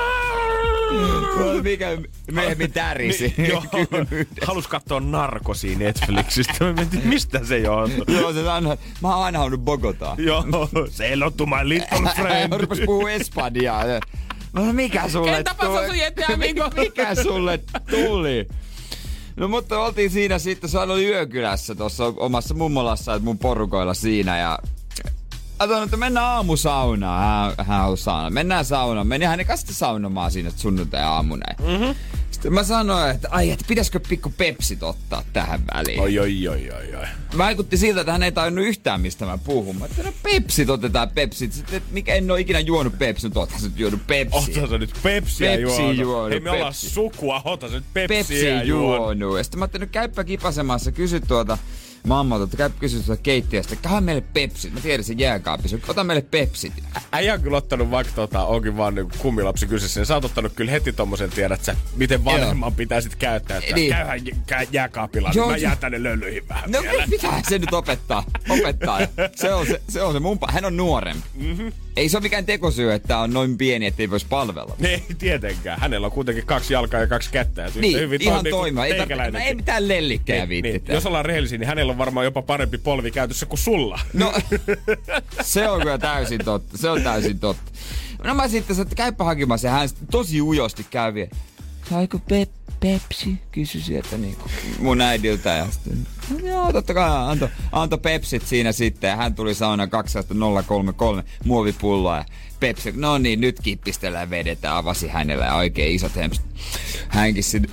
Mikä myöhemmin tärisi. Joo, halus katsoa Narkosia Netflixistä. Mä mietin, mistä se johtuu. Joo, se sanoi, mä oon aina halunnut Bogotaa. Joo, say hello to my little friend. Rupes puhuu espanjaa. Mikä sulle tuli? Mikä sulle tuli? No mutta oltiin siinä sitten, se oli yökylässä tuossa omassa mummolassa, että mun porukoilla siinä ja... Atoin, että mennään aamusaunaan. Hän on sauna. Mennään saunaan. Meni hänen kanssa saunomaan siinä sunnuntai-aamuna. Mm-hmm. Sitten mä sanoin, että pitäisikö pikku Pepsit ottaa tähän väliin. Oi. Vaikutti siltä, että hän ei tajunnut yhtään, mistä mä puhun. Mä että no Pepsit, otetaan Pepsit. Sitten, mikä en ole ikinä juonut Pepsit, mutta oothan sä nyt juonut Pepsiä. Oothan sä nyt Pepsiä juonut. Hei, me ollaan sukua, oothan sä nyt Pepsiä juonut. Ja sitten mä ajattelin, käyppä kipasemassa, kysy mammalta, että käy kysyä tuota keittiöstä, kahan meille Pepsit. Mä tiedän sen jääkaapissa. Ota meille Pepsit. Äijä on kyllä ottanut vaikka onkin vaan niinku kummilapsi kysyssä, niin sä oot ottanut kyllä heti tommosen, tiedät sä, miten vanhemman pitää sit käyttää. Että niin. Käyhän jääkaapilla, niin mä jään tänne löllyihin vähän no vielä. Pitää se nyt opettaa. Se on se mun hän on nuorempi. Mm-hmm. Ei se ole mikään tekosyy, että on noin pieni, ettei voisi palvella. Ei tietenkään. Hänellä on kuitenkin 2 jalkaa ja 2 kättä. Ja niin, hyvin ihan toimiva. Ei mitään lellikkää viittitä. Jos ollaan rehellisiä, niin hänellä on varmaan jopa parempi polvi käytössä kuin sulla. No, se on kyllä täysin totta. No mä sitten sanoin, että käypä hakemassa ja hän tosi ujosti kävi. Saiko Pepsi? Kysyi sieltä niinku mun äidiltä ja sitten... Joo, totta kai antoi Pepsit siinä sitten ja hän tuli saunaan 2.033 muovipulloa ja Pepsi, no niin, nyt kippistellään vedetään, avasi hänellä ja oikein isot hemsit. Hänkin sitten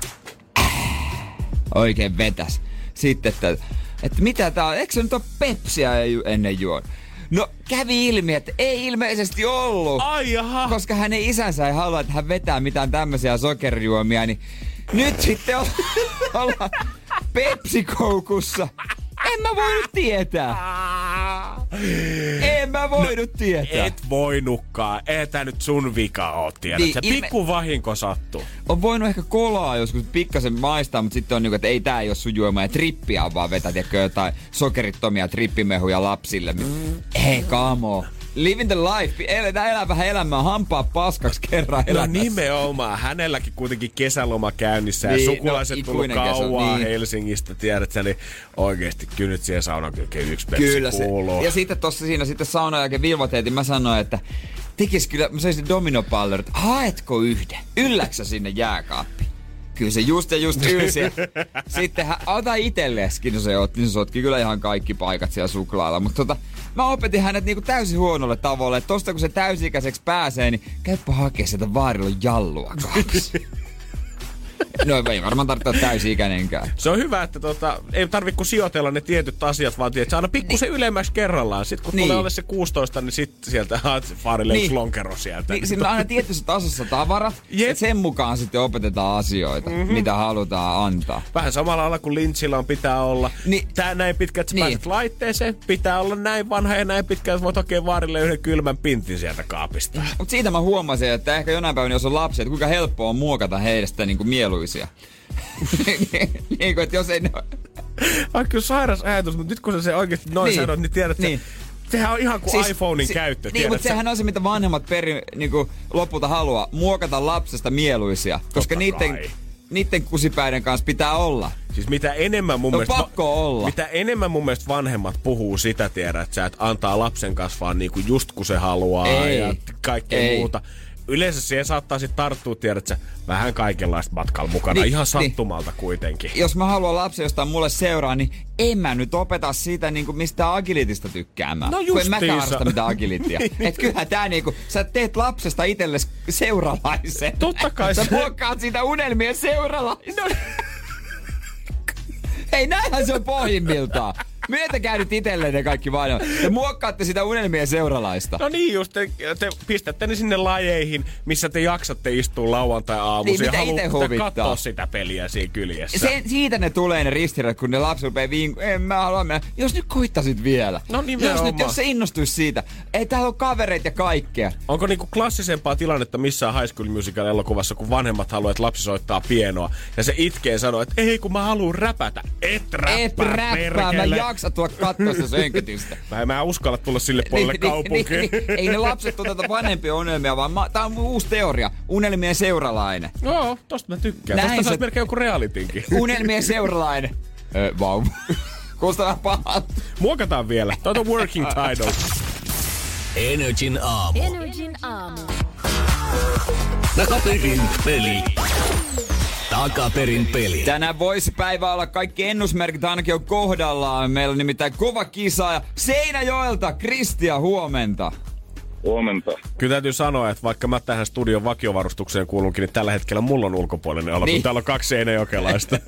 oikein vetäs. Sitten, että mitä tää on, eikö se nyt ole Pepsiä ennen juon? No kävi ilmi, että ei ilmeisesti ollut. Ai jaha. Koska hänen isänsä ei halua, että hän vetää mitään tämmöisiä sokerijuomia, niin nyt sitten ollaan Pepsi-koukussa. En mä voinut tietää. Et voinutkaan. Ei tää nyt sun vika oo, tiedät. Niin, se pikku vahinko sattuu. On voinut ehkä kolaa joskus pikkasen maistaa, mutta sitten on niinku, että ei tää ei oo sun juoma ja trippiä on vaan vetää, tiedätkö, jotain sokerittomia trippimehuja lapsille. Ei, kamo. Living the life. Elää vähän elämää, hampaa paskaksi kerran elämässä. No nimenomaan. Hänelläkin kuitenkin kesäloma käynnissä ja sukulaiset tullut kauan Helsingistä, tiedät sä, niin oikeesti kyllä nyt siihen saunan kylkeen 1 Pepsi kuuluu. Ja sitten tossa siinä sitten saunan jälkeen vilvoteetin, mä sanoin, että tekis kyllä, mä söisin dominopallerit, haetko yhden? Ylläksä sinne jääkaappiin? Kyllä se just ylsi. Sitten ota itselleskin, no se sotki kyllä ihan kaikki paikat siellä suklaalla. Mutta mä opetin hänet niinku täysin huonolle tavalle, että tosta kun se täysi-ikäiseksi pääsee, niin käyppä hakea sieltä vaarilla jallua kaapista. No ei varmaan tarvitse täysi-ikäinenkään. Se on hyvä, että ei tarvitse kun sijoitella ne tietyt asiat, vaan tiedät, aina pikkusen ylemmäksi kerrallaan. Sitten kun tulee olla se 16, niin sitten sieltä faarille yksi lonkero sieltä. Niin, siinä on aina tietyssä tasossa tavarat, että sen mukaan sitten opetetaan asioita, mitä halutaan antaa. Vähän samalla lailla kuin Lynchillä pitää olla. Niin, tää näin pitkä, että sä pääset laitteeseen. Pitää olla näin vanha ja näin pitkä, että voit hakea vaarille yhden kylmän pintin sieltä kaapista. Mutta siitä mä huomasin, että ehkä jonain päivänä, jos on lapsia, että kuinka helppoa on muokata heistä niin kuin mieluisia. Niin kuin, että jos ei ne... Vaikka kyllä sairas ajatus, mutta nyt kun sä se oikeesti noin sanot, niin tiedät, että sehän on ihan kuin siis, iPhonein käyttö. Niin, mutta sehän on se, mitä vanhemmat niinku, lopulta haluaa. Muokata lapsesta mieluisia. Koska niiden kusipäiden kanssa pitää olla. Siis mitä enemmän mun mielestä... pakko olla. Mitä enemmän mun mielestä vanhemmat puhuu sitä, tiedät sä, että antaa lapsen kasvaa niinku just kun se haluaa ja kaikkea muuta. Yleensä siihen saattaa sitten tarttua, tiedätkö, vähän kaikenlaista matkalla mukana, ihan sattumalta kuitenkin. Jos mä haluan lapsen jostain mulle seuraa, niin en mä nyt opeta siitä niinku mistä agilitista tykkäämään. No justiinsa. Kun en mäkään harrasta mitään agilitia. Et kyllähän tää niinku, sä teet lapsesta itsellesi seuralaisen. Totta kai. Sä muokkaat siitä unelmien seuralaisen. Hei, näinhän se on pohjimmiltaan. Myöntäkää nyt itselleen ne kaikki vain. Te muokkaatte sitä unelmien seuralaista. No niin just, te pistätte ne sinne lajeihin, missä te jaksatte istua lauantai-aamuisin ja haluatte katsoa sitä peliä siinä kyljessä. Siitä ne tulee ne ristiriidat, kun ne lapsi rupeaa en mä halua mennä. Jos nyt koittasit vielä. No nimenomaan. Jos se innostuisi siitä. Ei täällä ole kavereita ja kaikkea. Onko niinku klassisempaa tilannetta missään High School Musical -elokuvassa, kun vanhemmat haluaa, että lapsi soittaa pienoa ja se itkee sanoo, että ei kun mä haluun räpätä. Et räppää, mä en jaksa tulla katsoa sitä sönkötystä. Mä en uskalla tulla sille puolelle kaupunkiin. Ei ne lapset ole tätä vanhempia unelmia, vaan tää on mun uusi teoria. Unelmien seuralainen. Joo, tosta mä tykkään. Tosta saisi melkein joku realitinkin. Unelmien seuralainen. Vau. Kuulostaa vähän pahalta. Muokataan vielä. Toi on working title. Energin aamu. Takaperin peli. Tänään voisi päivä olla kaikki ennusmerkit ainakin on kohdallaan. Meillä on nimittäin kova kisa ja Seinäjoelta Kristian, huomenta. Huomenta. Kyllä täytyy sanoa, että vaikka mä tähän studion vakiovarustukseen kuulunkin, niin tällä hetkellä mulla on ulkopuolinen olo, kun täällä on 2 seinäjokelaista.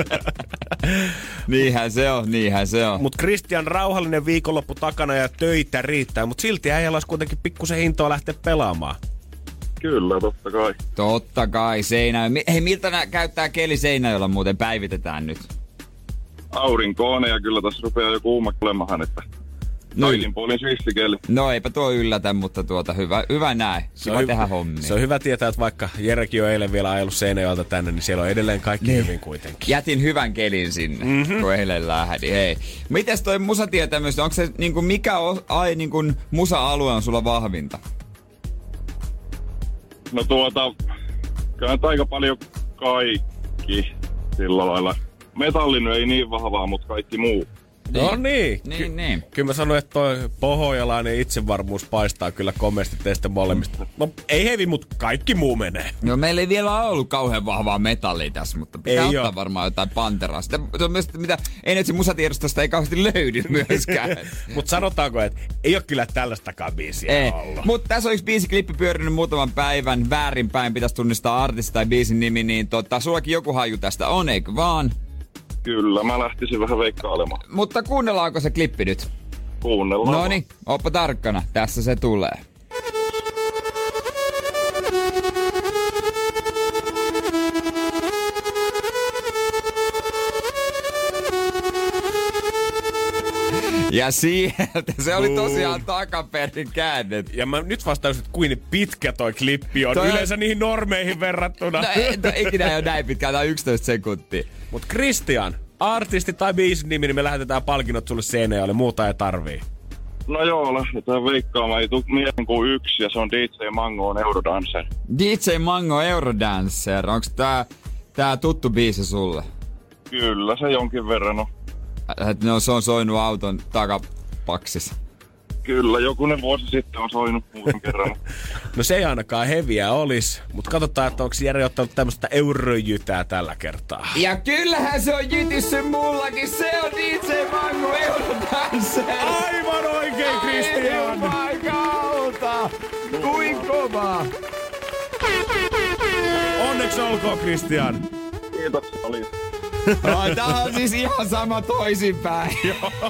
Niinhän se on. Mut Kristian, rauhallinen viikonloppu takana ja töitä riittää, mut silti äijällä olisi kuitenkin pikkusen intoa lähteä pelaamaan. Kyllä, totta kai. Totta kai, Seinäjoella. Hei, miltä käyttää keli Seinäjoella muuten? Päivitetään nyt. Aurinkoinen ja kyllä tässä rupeaa jo kuumaklemahan, että kaikin puolin svissikeli. No eipä tuo yllätä, mutta hyvä näin. Kiva tehdä hommia. Se on hyvä tietää, että vaikka Jerekin on eilen vielä ajellut Seinäjoelta tänne, niin siellä on edelleen kaikki hyvin kuitenkin. Jätin hyvän kelin sinne, kun eilen lähdin. Hei. Mites toi musatietämys, onko se mikä musa-alue on sulla vahvinta? No kyllä aika paljon kaikki sillä lailla. Metallinen ei niin vahvaa, mutta kaikki muu. No niin. Kyllä mä sanoin, että toi pohojalainen itsevarmuus paistaa kyllä komeasti teistä molemmista. No ei hevi, mutta kaikki muu menee. No meillä ei vielä ollut kauhean vahvaa metallia tässä, mutta pitää ottaa varmaan jotain Panteraa. Sitten mitä Energin musatiedostosta ei kauheasti löydy myöskään. Mutta sanotaanko, että ei ole kyllä tällaistakaan biisiä ollut. Mutta tässä on yksi biisiklippi pyörinyt muutaman päivän väärinpäin. Pitäisi tunnistaa artisti tai biisin nimi, niin sullakin joku haju tästä on, eikö vaan? Kyllä, mä lähtisin vähän veikkailemaan. Mutta kuunnellaanko se klippi nyt? Kuunnellaan. Noniin, oppa tarkkana. Tässä se tulee. Ja sieltä se oli tosiaan takaperin käännet. Ja mä nyt vastaisin, että kuin pitkä toi klippi on. Yleensä niihin normeihin verrattuna. No ikinä ei ole näin pitkään, tää on 11 sekuntia. Mut Kristian, artisti tai biisin nimi, niin me lähetetään palkinnot sulle Seinäjoelle, muuta ei tarvii. No joo, lähdetään veikkaamaan. Ei tule mieleen kuin yksi ja se on DJ Mango Eurodancer. DJ Mango Eurodancer, onks tää tuttu biisi sulle? Kyllä, se jonkin verran on. No se on soinut auton takapaksissa. Kyllä, jokunen vuosi sitten on soinut muuten kerran. No se ei ainakaan heviä olis, mutta katsotaan, että onko Jere ottanut tämmöstä eurojytää tällä kertaa. Ja kyllähän se on jytyssä mullakin, se on DJ Mango Eurodancer. Aivan oikein, Kristian! Jumalauta! Kuin kova! Onneksi olkoon, Kristian! Kiitos, oli. Tää on siis ihan sama toisinpäin.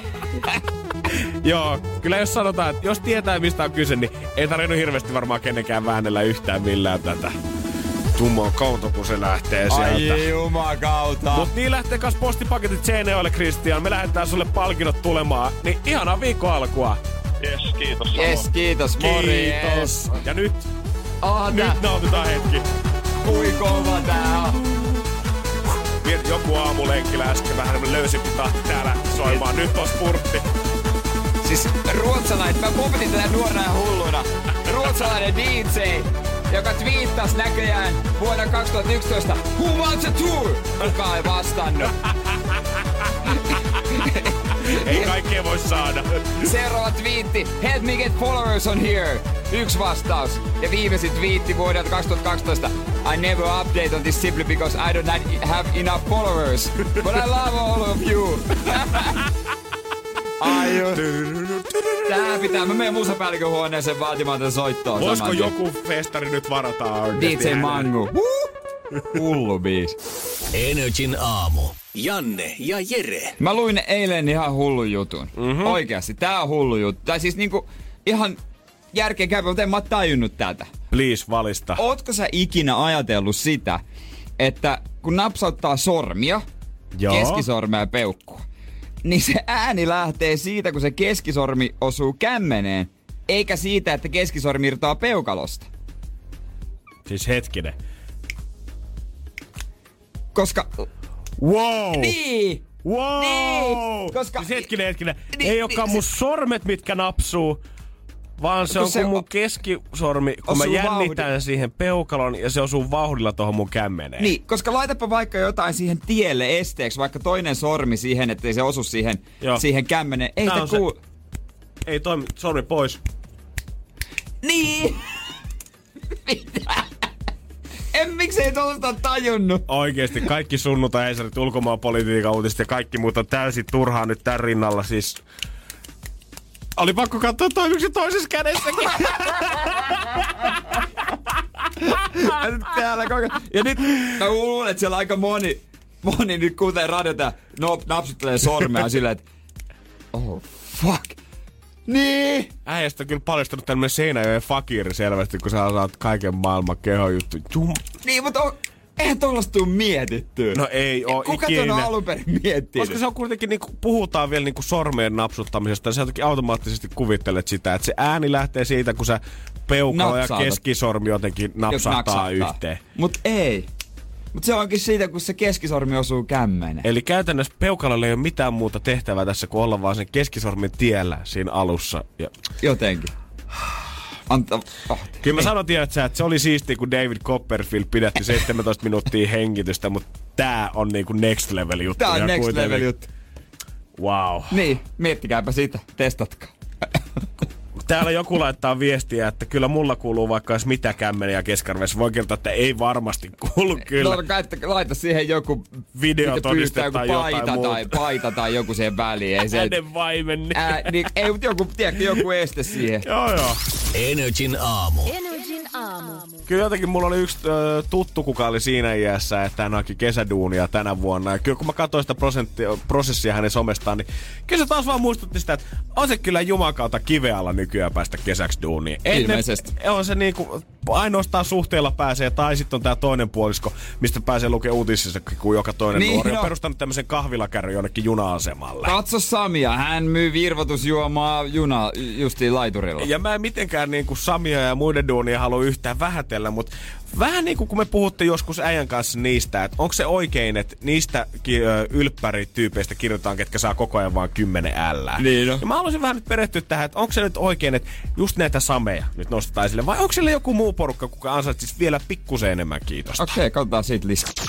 Joo, kyllä jos sanotaan, että jos tietää mistä on kyse, niin ei tarvinnut hirveästi varmaan kenenkään väännellä yhtään millään tätä tummoa kautta, kun se lähtee sieltä. Ai jumakauta. Mut niin lähtee kans postipaketit Seinäjoelle, Kristian. Me lähdetään sulle palkinnot tulemaan. Niin ihanaa viikon alkua. Yes, kiitos. Yes, kiitos. Morjes. Ja nyt nautitaan hetki. Kui kova tää on. Joku aamulenkillä äsken vähän löysimpi tahti täällä soimaan. Nyt on spurtti. Siis ruotsalainen, mä popetin tätä nuorena ja hulluna. Ruotsalainen DJ, joka twiittasi näköjään vuonna 2011 Who wants a tour? Kukaan ei vastannut. Ei kaikkea voi saada. Seuraava twiitti. Help me get followers on here. 1 vastaus. Ja viimeisin twiitti vuodelta 2012. I never update on this simply because I don't have enough followers. But I love all of you. Tää pitää. Mä menen musapäällikön huoneeseen vaatimaan tätä soittoa. Voisiko joku festari nyt varata oikeesti? DJ Mango. Hullu biisi. Energin aamu. Janne ja Jere. Mä luin eilen ihan hullun jutun. Oikeasti, tää on hullu juttu. Tai siis niinku ihan järkeen käypä, mutta en mä oon tajunnut tätä. Please, valista. Ootko sä ikinä ajatellut sitä, että kun napsauttaa sormia, keskisormea ja peukkua, niin se ääni lähtee siitä, kun se keskisormi osuu kämmeneen, eikä siitä, että keskisormi irtoaa peukalosta. Siis hetkinen. Koska... Wow! Niin! Wow! Niin! Koska... Siis hetkinen. Ei olekaan mun sormet, mitkä napsuu, vaan se on kun mun keskisormi, kun mä jännitän siihen peukalon ja se osuu vauhdilla tohon mun kämmeneen. Niin, koska laitapa vaikka jotain siihen tielle esteeksi, vaikka toinen sormi siihen, ettei se osu siihen kämmeneen. Ei sitä Ei toimi, sormi pois. Niin! Mitä? Miksei tuollaista tajunnut? Oikeesti kaikki sunnuntai-heisarit, ulkomaanpolitiikan uutiset ja kaikki muut on täysin turhaa nyt tän rinnalla. Siis oli pakko katsoa toimiksi toisessa kädessäkin. Ja nyt mä luulen, että siellä aika moni nyt kuten radiota napsuttelee sormea silleen, että oh fuck. Niin! Äijästä on kyllä paljastunut tämmönen Seinäjoen fakiri selvästi, kun sä saat kaiken maailman kehojuttu. Niin, mutta eihän tollaista tuu mietittyä. No ei oo kuka ikinä. Kuka ton alun perin miettinyt? Koska se on kuitenkin, niinku, puhutaan vielä niinku sormien napsuttamisesta, ja sä jotenkin automaattisesti kuvittelet sitä, että se ääni lähtee siitä, kun sä peukalo ja keskisormi jotenkin napsahtaa yhteen. Mut ei. Mut se onkin siitä, kun se keskisormi osuu kämmeneen. Eli käytännössä peukalolla ei ole mitään muuta tehtävää tässä, kuin olla vaan sen keskisormin tiellä siinä alussa. Ja... Jotenkin. Kyllä mä sanon, tiedätkö, että se oli siistiä, kun David Copperfield pidätti 17 minuuttia hengitystä, mutta tää on niinku next level juttu. Tää on next level juttu. Wow. Niin, miettikääpä sitä, testatkaa. Täällä joku laittaa viestiä, että kyllä mulla kuuluu vaikka jos mitä kämmeniä keskarvessa. Voi kertoa, että ei varmasti kuulu kyllä. No laita siihen joku videotodiste tai jotain paita tai joku siihen väliin. Ei se, hänen vaimen. Niin, ei, mutta joku este siihen. Joo. Energin aamu. Kyllä jotenkin mulla oli yksi tuttu, kuka oli siinä iässä, että hän haki kesäduunia tänä vuonna. Ja kyllä kun mä katsoin sitä prosessia hänen somestaan, niin kyllä se taas vaan muistutti sitä, että on se kyllä jumakauta kiveä alla nykyään päästä kesäksi duuniin. Ilmeisesti. On se niinku, ainoastaan suhteella pääsee, tai sitten on tää toinen puolisko, mistä pääsee lukemaan uutisissa, kun joka toinen nuori on perustanut tämmöisen kahvilakärry jonnekin juna-asemalle. Katso Samia, hän myy virvoitusjuomaa justiin laiturilla. Ja mä en mitenkään niinku Samia ja muiden duunia halua yhtään vähätellä, mutta vähän niinku kun me puhuttiin joskus äijän kanssa niistä, että onko se oikein, että niistä ylppärityypeistä kirjoitetaan, ketkä saa koko ajan vaan 10 L. Niin no. Ja mä haluaisin vähän nyt perehtyä tähän, että onko se nyt oikein, että just näitä Sameja nyt nostetaan esille, vai onko siellä joku muu porukka, kuka ansaitsisi vielä pikkusen enemmän kiitosta? Okei, katsotaan siitä listaa.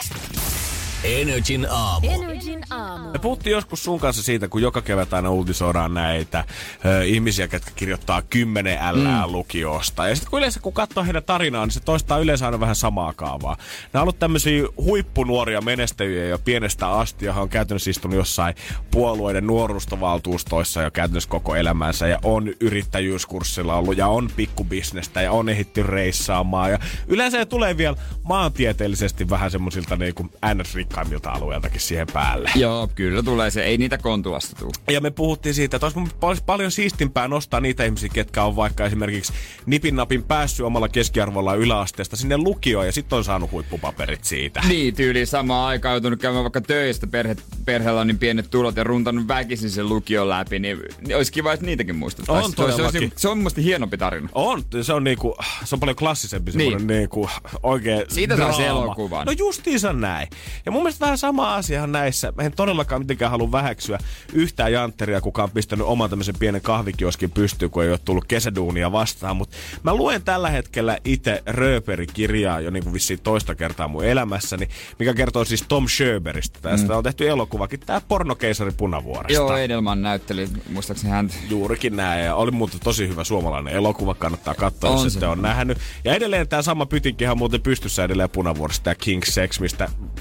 Energin aamu. Me puhuttiin joskus sun kanssa siitä, kun joka kevät aina uutisoidaan näitä ihmisiä, jotka kirjoittaa 10 L lukiosta. Ja sitten kun yleensä kun katsoo heidän tarinaa, niin se toistaa yleensä aina vähän samaa kaavaa. Nämä on ollut tämmöisiä huippunuoria menestäjiä jo pienestä asti, johon on käytännössä istunut jossain puolueiden nuorustovaltuustoissa jo käytännössä koko elämänsä. Ja on yrittäjyyskurssilla ollut ja on pikkubisnestä ja on ehitty reissaamaan. Ja yleensä se tulee vielä maantieteellisesti vähän semmoisilta niinku rikkaimmilta alueiltakin siihen päälle. Joo, kyllä tulee se. Ei niitä Kontulasta tule. Ja me puhuttiin siitä, että olisi paljon siistimpää nostaa niitä ihmisiä, ketkä on vaikka esimerkiksi nipin päässyt omalla keskiarvolla yläasteesta sinne lukioon ja sitten on saanut huippupaperit siitä. Niin, tyyliin samaan aikaan joutunut käymään vaikka töistä, perheellä on niin pienet tulot ja runtannut väkisin sen lukion läpi, niin olisi kiva, että niitäkin muistettaisiin. On todellakin. Se on mun mielestä hienompi tarina. On, se on paljon klassisempi semmoinen niinku oikein siitä draama. saa se elokuvan. No justiinsa näin. Ja mun mielestä vähän sama asiahan näissä. Mä en todellakaan mitenkään halua väheksyä yhtään jantteria, kuka on pistänyt oman tämmöisen pienen kahvikioskin pystyyn, kun ei ole tullut kesäduunia vastaan. Mutta mä luen tällä hetkellä itse Rööperi-kirjaa jo niin kuin vissiin toista kertaa mun elämässäni, mikä kertoo siis Tom Sjöberistä. Tästä on tehty elokuvakin, tää pornokeisari Punavuoresta. Joo, Edelman näytteli, muistaakseni häntä. Juurikin näin, ja oli muuten tosi hyvä suomalainen elokuva, kannattaa katsoa, jos ette on nähnyt. Ja edelleen tää sama pytinkihän on muuten pystyssä edelleen Punavuoresta, tää King's Sex, mistä VHS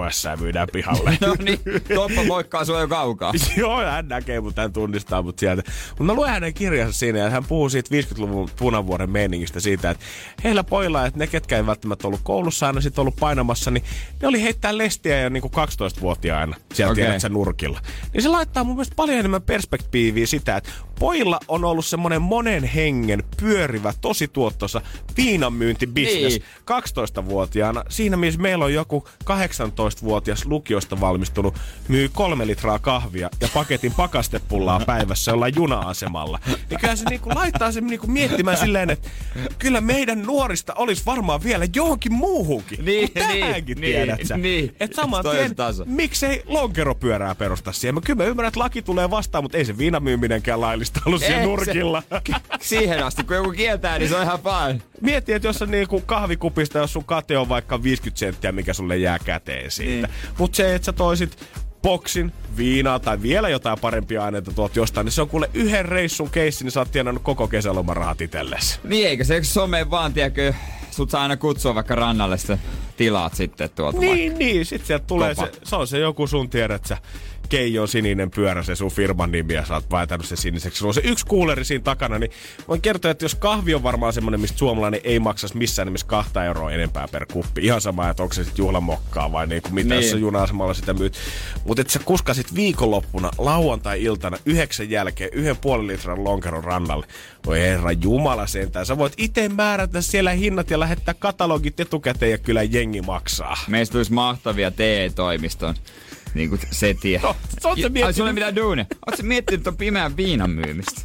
SOS ja myydään pihalle. No niin, Toppa moikkaa sua jo kaukaa. Joo, hän näkee, mutta hän tunnistaa mut sieltä. Mutta mä luen hänen kirjansa siinä ja hän puhuu siitä 50-luvun punavuoren meiningistä siitä, että heillä pojilla, että ne ketkä ei välttämättä ollut koulussa aina sit ollut painamassa, niin ne oli heittää lestiä jo niinku 12-vuotiaana sieltä tiedätkö nurkilla. Niin se laittaa mun mielestä paljon enemmän perspektiiviä sitä, että pojilla on ollut semmonen monen hengen pyörivä, tosi tuottoisa viinanmyyntibisnes 12-vuotiaana. Siinä missä meillä on joku 18-vuotias lukiosta valmistunut, myy 3 litraa kahvia ja paketin pakastepullaa päivässä jollain juna-asemalla. Niin kyllä se niinku laittaa sen niinku miettimään silleen, että kyllä meidän nuorista olisi varmaan vielä johonkin muuhunkin. Niin, tähänkin tiedät sä. Niin. Että saman tien, miksei lonkeropyörää perustaa siihen. Kyllä mä ymmärrän, että laki tulee vastaan, mutta ei se viinamyyminenkään laillista ollut siellä nurkilla. Siihen asti, kun joku kieltää, niin se on ihan fine. Mieti, että jos on niinku kahvikupista, jos sun kate on vaikka 50 senttiä, mikä sulle jää käteen siitä. Mutta se, että sä toisit boksin, viinaa tai vielä jotain parempia aineita tuolta jostain, niin se on kuule yhden reissun keissi, niin sä oot tienannut koko kesälomarahat itsellesi. Niin, eikä se some vaan, tiedäkö, sut saa aina kutsua vaikka rannalle sitä tilaat sitten tuolta Niin, sit sieltä tulee se on se joku sun tiedät sä. Keijon sininen pyörä, se sun firman nimi ja sä oot väitänyt se siniseksi. Sulla on se yksi kuuleri siinä takana, niin voin kertoa, että jos kahvi on varmaan semmonen, mistä suomalainen ei maksas missään nimessä 2 euroa enempää per kuppi. Ihan sama, että onko se sit juhlamokkaa vai niinku mitä jos sä juna-asemalla sitä myyt. Mutta että sä kuskasit viikonloppuna, lauantai-iltana, 9 jälkeen 1,5 litran lonkeron rannalle. Voi herra jumala sentään. Sä voit itse määrätä siellä hinnat ja lähettää katalogit etukäteen ja kyllä jengi maksaa. Meistä tulisi mahtavia TE-toimiston niinku setiä. No, ai sulle mitään duunia? Oot sä miettinyt ton pimeän viinan myymistä?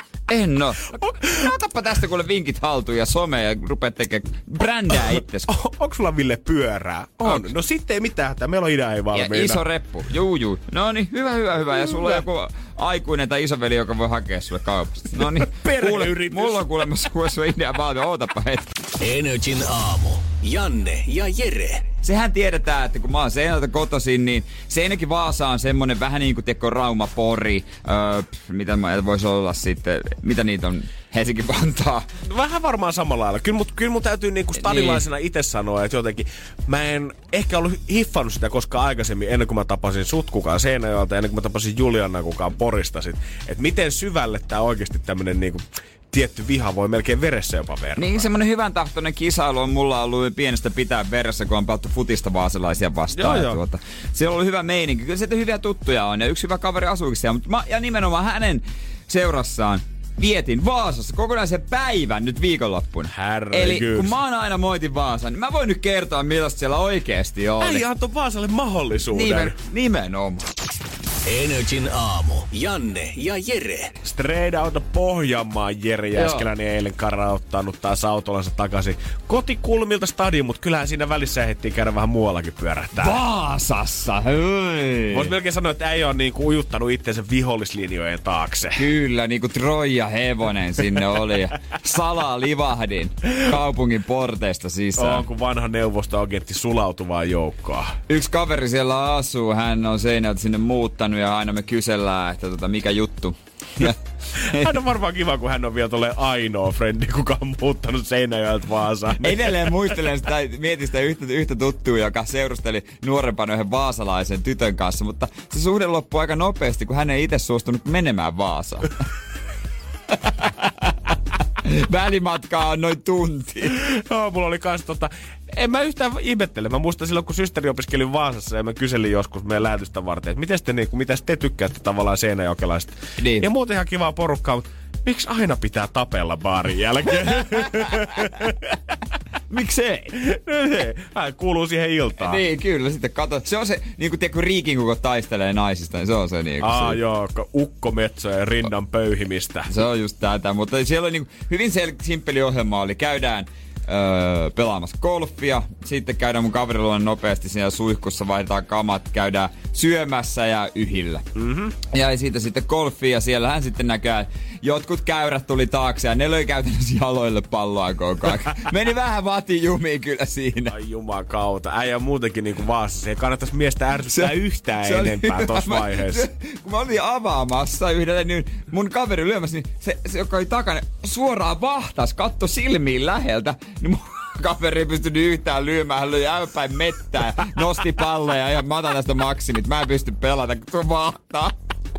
En oo. Otappa tästä kuule vinkit haltuun ja some ja rupeat tekemään brändää itses. Onko sulla Ville pyörää? On. No sitten ei mitään. Meillä on idea ei valmiina. Ja iso reppu. Juu. No niin, hyvä. Ja sulla on joku aikuinen tai isoveli, joka voi hakea sulle kaupasta. No niin. Perheyritys. Mulla on kuulemassa sun idea valmiina. Ootappa hetki. Energin aamu. Janne ja Jere. Sehän tiedetään, että kun mä oon Seinäjoelta kotoisin, niin Seinäkin Vaasa on semmonen vähän niin kuin teko Rauma, Pori, mitä voisi olla sitten, mitä niitä on, Helsinki-Vantaa. Vähän varmaan samalla lailla. Kyllä mun täytyy niinku stadilaisena itse sanoa, että jotenkin mä en ehkä ollut hiffannut sitä koskaan aikaisemmin, ennen kuin mä tapasin sut kukaan Seinäjoelta, ennen kuin mä tapasin Julianna kukaan Porista sit. Että miten syvälle tää oikeesti tämmönen niinku tietty viha voi melkein veressä jopa verrata. Niin, semmonen hyvän tahtoinen kisailu on mulla ollut pienestä pitää veressä, kun on pelattu futista vaasalaisia vastaan. Joo. Se on ollut hyvä meininki. Kyllä sieltä hyviä tuttuja on ja yksi hyvä kaveri asuukin siellä. Ja nimenomaan hänen seurassaan vietin Vaasassa kokonaisen päivän nyt viikonloppuna. Eli kun mä oon aina moitin Vaasan, niin mä voin nyt kertoa, millaista siellä oikeesti oli. Äijä antoi Vaasalle mahdollisuuden. Nimenomaan. Energin aamu. Janne ja Jere. Straight Outta Pohjanmaan Jere Jääskeläinen eilen karauttanut taas autollansa takaisin kotikulmilta stadion, mutta kyllähän siinä välissä ehdittiin käydä vähän muuallakin pyörähtää. Vaasassa, hyi. Vois melkein sanoa, että ei ole niinku ujuttanut itseensä vihollislinjojen taakse. Kyllä, niinku Troja hevonen sinne oli ja salaa livahdin kaupungin porteista sisään. On, kun vanha neuvostoagentti sulautuvaa joukkoa. Yksi kaveri siellä asuu, hän on Seinäjältä sinne muuttanut ja aina me kysellään, että mikä juttu. Hän on varmaan kiva, kun hän on vielä tolleen ainoa frendi, kuka on muuttanut Seinäjoelta Vaasaan. Edelleen muistelen sitä, mietin sitä yhtä tuttua, joka seurusteli nuorempana yhden vaasalaisen tytön kanssa, mutta se suhde loppui aika nopeasti, kun hän ei itse suostunut menemään Vaasaan. Välimatkaa on noin tunti. Mulla oli kans en mä yhtään ihmettele. Mä muistan silloin, kun systeri opiskeli Vaasassa ja mä kyselin joskus meidän lähetystä varten, että mitä te tykkäätte tavallaan seinäjokelaista. Niin. Ja muuten ihan kivaa porukkaa, mutta miksi aina pitää tapella baarin jälkeen? Miksei? Hän kuuluu siihen iltaan. Niin, kyllä. Sitten kato. Se on se, niinku tiedätkö, Riikin kuko taistelee naisista, niin se on se niinku. Joo, ukkometsoja ja rinnan pöyhimistä. Se on just tätä, mutta siellä on niinku hyvin simppeli ohjelma oli. Käydään pelaamassa golfia, sitten käydään mun kaverilla nopeasti siinä suihkussa, vaihdetaan kamat, käydään syömässä ja yhillä. Mm-hmm. Ja siitä sitten golfia, ja siellähän sitten näkää, jotkut käyrät tuli taakse ja ne löi käytännössä jaloille palloa koko ajan. Meni vähän jumiin kyllä siinä. Ai jumakauta, äijä muutenkin niinku Vaasassa, ei kannattaisi miestä ärsyttää yhtään enempää tossa vaiheessa. Kun mä olin avaamassa yhdelle, niin mun kaveri lyömässä, niin se joka oli takana, suoraan vahtas, katto silmiin läheltä. Niin kaveri ei pystynyt yhtään lyömään. Hän löi äypäin mettää, nosti palleja ja mä otan tästä maksimit. Mä en pysty pelata, kun tuo vahtaa.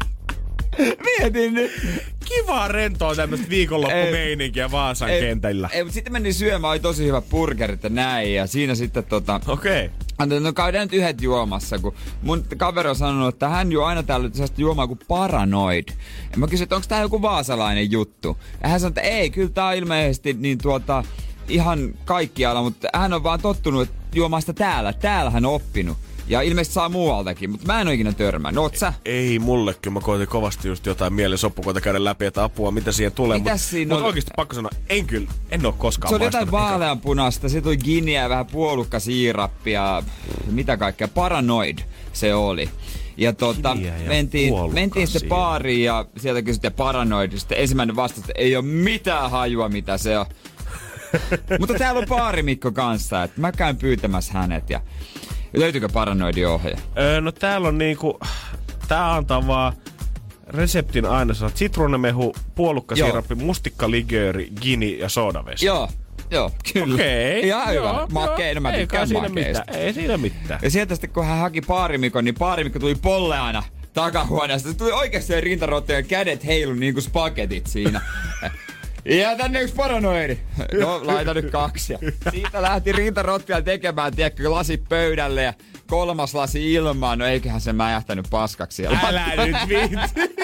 Mietin nyt. Kivaa rentoa tämmöstä viikonloppumeininkiä Vaasan kentällä. Ei, mutta sitten menin syömään, oli tosi hyvä burgerit ja näin. Ja siinä sitten Okei. No käydään nyt yhdet juomassa, kun mun kaveri on sanonut, että hän juo aina täällä sellaista juomaa kuin Paranoid. Ja mä kysyin, että onko tää joku vaasalainen juttu. Ja hän sanoi, että ei, kyllä tää on ilmeisesti niin ihan kaikkialla, mutta hän on vaan tottunut juomaan sitä täällä. Täällä hän on oppinut. Ja ilmeisesti saa muualtakin, mutta mä en ole ikinä törmännyt. Oot sä? Ei mullekin. Mä koitin kovasti just jotain mielensoppukoita käydä läpi, että apua, mitä siihen tulee. Mutta oikeesti pakko sanoa, en oo koskaan se oli jotain vaaleanpunasta, se tuli giniä ja vähän puolukkasiirappia, mitä kaikkea. Paranoid se oli. Ja mentiin sitten baariin ja sieltä kysyttiin Paranoid. Sitten ensimmäinen vastaus, että ei oo mitään hajua, mitä se on. Mutta täällä on baarimikko kanssa, että mä käyn pyytämässä hänet ja löytyykö Paranoidin ohje? No täällä on niinku, tää antaa vaan reseptin ainesosat: sitruunamehu, puolukkasiirappi, mustikkalikööri, gini ja soodavesi. Joo, kyllä. Okei. Ihan hyvä. Makeina, mä tykkään makeista. Ei siinä mitään. Ja sieltä sitten kun hän haki baarimikon, niin baarimikko tuli polleana takahuoneesta. Se tuli oikeesti rintarotteen ja kädet heilu niinku spagetit siinä. Ja tänne yksi Paranoidi. No, laita nyt 2. Siitä lähti rintarottia tekemään, tiedätkö, lasi pöydälle ja 3. lasi ilmaan. No eiköhän se mäjähtänyt paskaksi. Älä nyt viitti.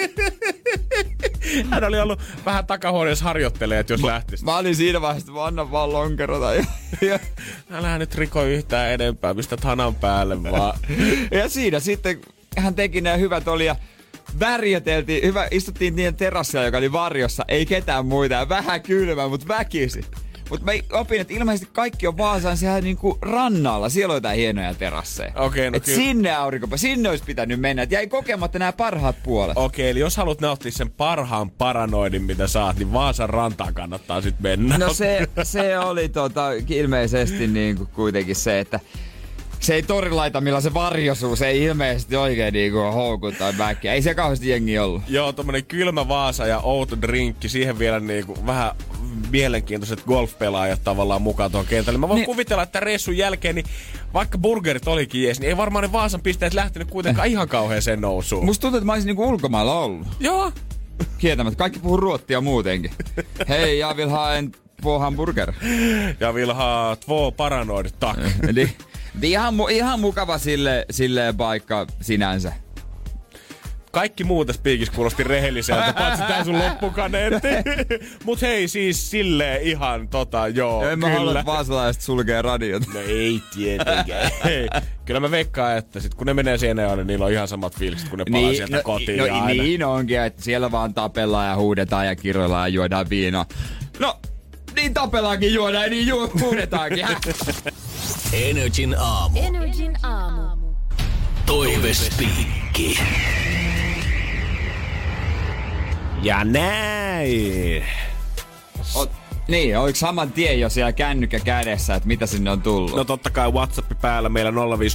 Hän oli ollut vähän takahuoneessa harjoittelemaan, jos lähtisi. Mä olin siinä vaiheessa, että anna vaan lonkerota. Älä nyt riko yhtään enempää, pistät hanan päälle vaan. Ja siinä sitten hän teki ne hyvät oli ja värjöteltiin, istuttiin niiden terassilla, joka oli varjossa, ei ketään muita ja vähän kylmää, mutta väkisin. Mutta mä opin, että ilmeisesti kaikki on Vaasaan siellä niinku rannalla, siellä on jotain hienoja terasseja. Okei, no et sinne sinne olisi pitänyt mennä, että jäi kokematta nämä parhaat puolet. Okei, eli jos haluat nauttia sen parhaan Paranoidin, mitä saat, niin Vaasan rantaan kannattaa sit mennä. No se oli ilmeisesti niinku kuitenkin se, että se ei torilaitamilla se varjosuus ei ilmeisesti oikein niinku houkuttaa väkkiä. Ei se kauheasti jengi ollut. Joo, tommonen kylmä Vaasa ja outo drinkki. Siihen vielä niinku vähän mielenkiintoiset golfpelaajat tavallaan mukaan tuohon kentälle. Mä voin kuvitella, että reissun jälkeen, niin vaikka burgerit olikin jees, niin ei varmaan ne Vaasan pisteet lähtenyt kuitenkaan ihan kauheeseen nousuun. Musta tuntuu, että mä olisin niinku ulkomailla ollut. Joo. Kieltämättä. Kaikki puhuu ruottia muutenkin. Hei, jag vill ha en 2 hamburger. Jag vill ha 2 Paranoid, tack. Ihan mukava sille paikka sinänsä. Kaikki muu tässä piikissä kuulosti rehelliseltä, paitsi tää sun loppukaneetti. Mut hei, siis silleen ihan joo, en mä halua, että vaasalaiset sulkee radiot. No ei tietenkään. Hei, kyllä mä veikkaan, että sit kun ne menee Seinäjoelle, niillä on ihan samat fiilikset, kun ne palaa sieltä kotiin aina. Niin onkin, että siellä vaan tapellaan ja huudetaan ja kirjoillaan ja juodaan viinoa. No, niin tapellaankin juodaan ja niin huudetaankin. Energin aamu. Toivespiikki. Ja näin. Niin, oliko saman tien jo siellä kännykkä kädessä, että mitä sinne on tullut? No totta kai WhatsApp päällä meillä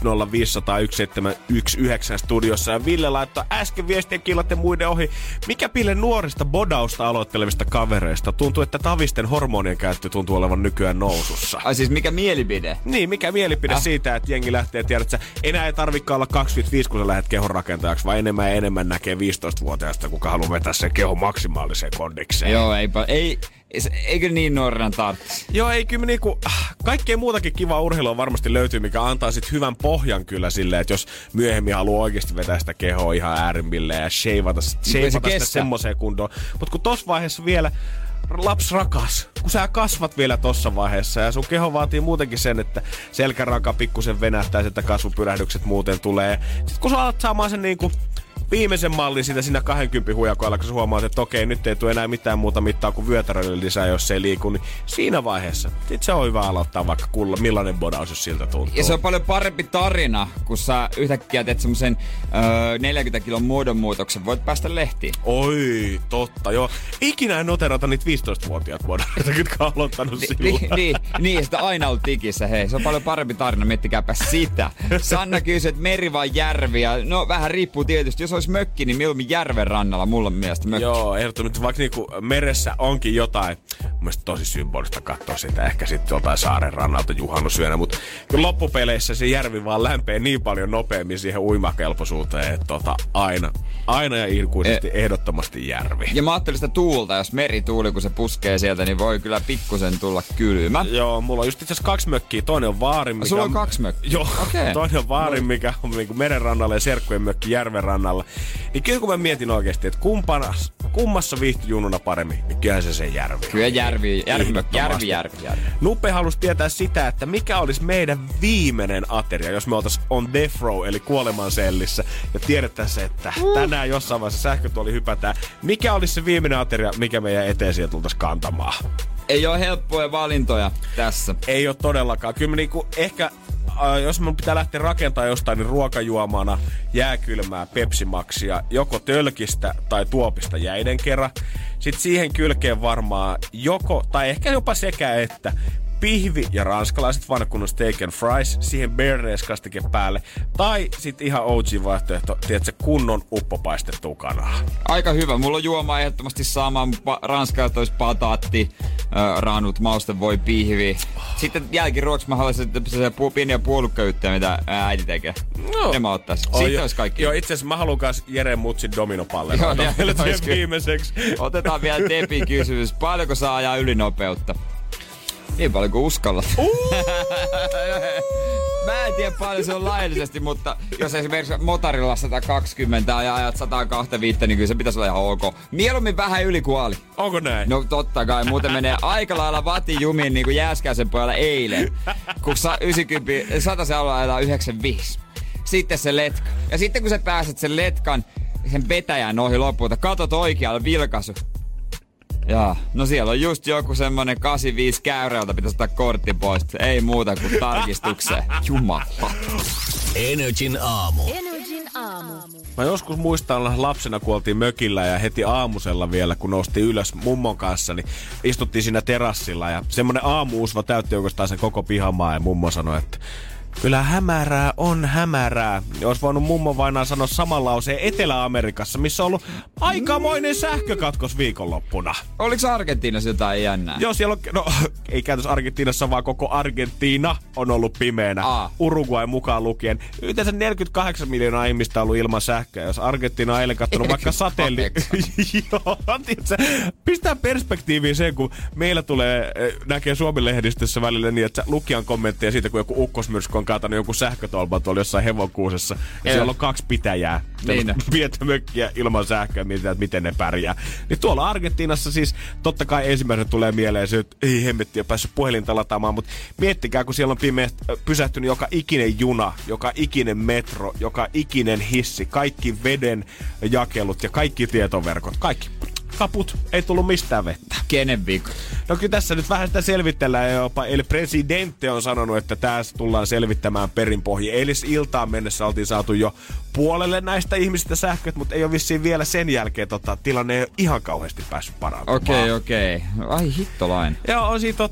050501719 studiossa. Ja Ville laittoi äsken viestiä killatte muiden ohi. Mikä pille nuorista bodausta aloittelevista kavereista? Tuntuu, että tavisten hormonien käyttö tuntuu olevan nykyään nousussa. Ai siis mikä mielipide? Niin, mikä mielipide siitä, että jengi lähtee, tiedät sä, enää ei tarvikaan olla 25, kun sä lähdet kehon rakentajaksi, vaan enemmän ja enemmän näkee 15-vuotiaista, kuka haluaa vetää sen kehon maksimaaliseen kondikseen. Joo, eikö niin nuorena tarvitsisi? Joo, ei kyllä niinku, kaikkea muutakin kivaa urheilua varmasti löytyy, mikä antaa sit hyvän pohjan kyllä silleen, että jos myöhemmin haluaa oikeasti vetää sitä kehoa ihan äärimmilleen ja shapeata sitä semmoiseen kuntoon. Mut kun tossa vaiheessa vielä lapsi rakas, kun sä kasvat vielä tossa vaiheessa ja sun keho vaatii muutenkin sen, että selkäraka pikkusen venähtää, että kasvupyrähdykset muuten tulee. Sitten kun sä alat saamaan sen niinku viimeisen mallin sitä siinä 20 huijakoilla, kun sä huomaat, että okei, nyt ei tule enää mitään muuta mittaa kuin vyötäröille lisää, jos se ei liiku, niin siinä vaiheessa se on hyvä aloittaa vaikka millainen bodaus, jos siltä tuntuu. Ja se on paljon parempi tarina, kun sä yhtäkkiä teet semmosen 40 kilon muodonmuutoksen, voit päästä lehtiin. Oi, totta, joo. Ikinä en noterata niitä 15-vuotiaat bodareita, jotka on aloittanut silloin. Niin, sitä aina ollut tikissä, hei. Se on paljon parempi tarina, miettikääpä sitä. Sanna kysyi, että meri vai järvi, ja no vähän riippuu tietysti, jos olisi mökki, niin mieluummin järven rannalla mulla mielestä mökki. Joo, ehdottomasti. Vaikka niinku meressä onkin jotain, mun mielestä tosi symbolista katsoa sitä. Ehkä sitten jotain saaren rannalta juhannusyönä. Mutta kun loppupeleissä se järvi vaan lämpee niin paljon nopeammin siihen uimakelpoisuuteen, että aina ja ikuisesti ehdottomasti järvi. Ja mä ajattelin sitä tuulta, jos merituuli, kun se puskee sieltä, niin voi kyllä pikkusen tulla kylmä. Joo, mulla on just itse asiassa 2 mökkiä. Toinen on Vaarin, mikä... Sulla on 2 mökkiä? Joo, okay. Toinen on Vaarin, mikä on niinku meren rannalla ja serkkujen mökki järven rannalla. Niin kyllä kun mä mietin oikeesti, että kummassa viihtyy jununa paremmin, niin kyllähän se järvi. Kyllä järvi. Nuppe halusi tietää sitä, että mikä olisi meidän viimeinen ateria, jos me oltais on death row, eli kuolemansellissä, ja tiedettäisiin, että tänään jossain vaiheessa sähkötuoli hypätään. Mikä olisi se viimeinen ateria, mikä meidän eteen sieltä tultaisiin kantamaan? Ei ole helppoja valintoja tässä. Ei ole todellakaan. Kyllä niinku ehkä... jos mun pitää lähteä rakentamaan jostain, niin ruokajuomana jääkylmää Pepsi-maksia joko tölkistä tai tuopista jäiden kerran. Sitten siihen kylkeen varmaan joko, tai ehkä jopa sekä että, pihvi ja ranskalaiset vanhakunnon steak and fries, siihen bearnaise-kastike päälle. Tai sitten ihan OG-vaihtoehto, tiedätkö, kunnon uppopaistettua kanaa. Aika hyvä. Mulla on juoma ehdottomasti sama. Ranskalaiset olisi pataatti, raanut, mauste voi pihvi. Sitten jälkiruoksi mä haluaisin pieniä puolukkayhtejä, mitä äiti tekee. No. Ne mä ottaisin. Siitä olisi kaikki. Joo, itse asiassa mä haluan kans Jeren mutsin dominopalle. Joo, viimeiseksi. Otetaan vielä Tepi kysymys. Paljonko saa ajaa ylinopeutta? Niin paljon kuin uskallat. Mä en tiedä paljon se on laillisesti, mutta jos esimerkiksi motorilla 120 ja ajat 125, niin kyllä se pitäisi olla ihan ok. Mieluummin vähän yli kuin ali. Onko näin? No totta kai, muuten menee aika lailla vatin jumiin niin kuin Jääskäisen pojalla eilen. Kun 90, 100 se alueella ajetaan 95. Sitten se letka. Ja sitten kun sä pääset sen letkan, sen vetäjän ohi lopulta, katot oikealle vilkaisu. Jaa, no siellä on just joku semmonen 85 käyrältä, pitäisi ottaa kortti pois. Ei muuta kuin tarkistukseen. Jumala. Energin aamu. Mä joskus muistan lapsena, kun oltiin mökillä ja heti aamusella vielä, kun noustiin ylös mummon kanssa, niin istuttiin siinä terassilla ja semmonen aamuusva täytti oikeastaan sen koko pihamaa ja mummo sanoi, että kyllä hämärää on hämärää. Olisi voinut mummon vainaan sanoa saman lauseen Etelä-Amerikassa, missä on ollut aikamoinen sähkökatkos viikonloppuna. Oliko Argentiinassa jotain jännää? Joo, siellä on, no ei käytös Argentiinassa, vaan koko Argentiina on ollut pimeänä. Uruguay mukaan lukien. Yhteensä 48 miljoonaa ihmistä on ollut ilman sähköä. Jos Argentiina on eilen kattonut vaikka Joo, pistää perspektiiviin sen, kun meillä näkee Suomen lehdistössä välillä niin, että lukijan kommentteja siitä, kun joku ukkosmyrsky on kaatanut joku sähkötolpan tuolla jossain hevonkuusessa. Ja siellä on 2 pitäjää. Niin. Pientä mökkiä ilman sähköä, mietitään, että miten ne pärjää. Niin tuolla Argentiinassa siis totta kai ensimmäisenä tulee mieleen se, että ei hemmetti ole päässyt puhelinta lataamaan, mutta miettikää, kun siellä on pysähtynyt joka ikinen juna, joka ikinen metro, joka ikinen hissi, kaikki veden jakelut ja kaikki tietoverkot, kaikki kaput, ei tullut mistään vettä. Kenen vika? No kyllä tässä nyt vähän sitä selvitellään, ja jopa El Presidente on sanonut, että tässä tullaan selvittämään perinpohjia. Eilis iltaan mennessä oltiin saatu jo puolelle näistä ihmisistä sähköt, mutta ei ole vissiin vielä sen jälkeen tilanne ei ole ihan kauheasti päässyt parantumaan. Okei. Ai hittolain. Joo, on siinä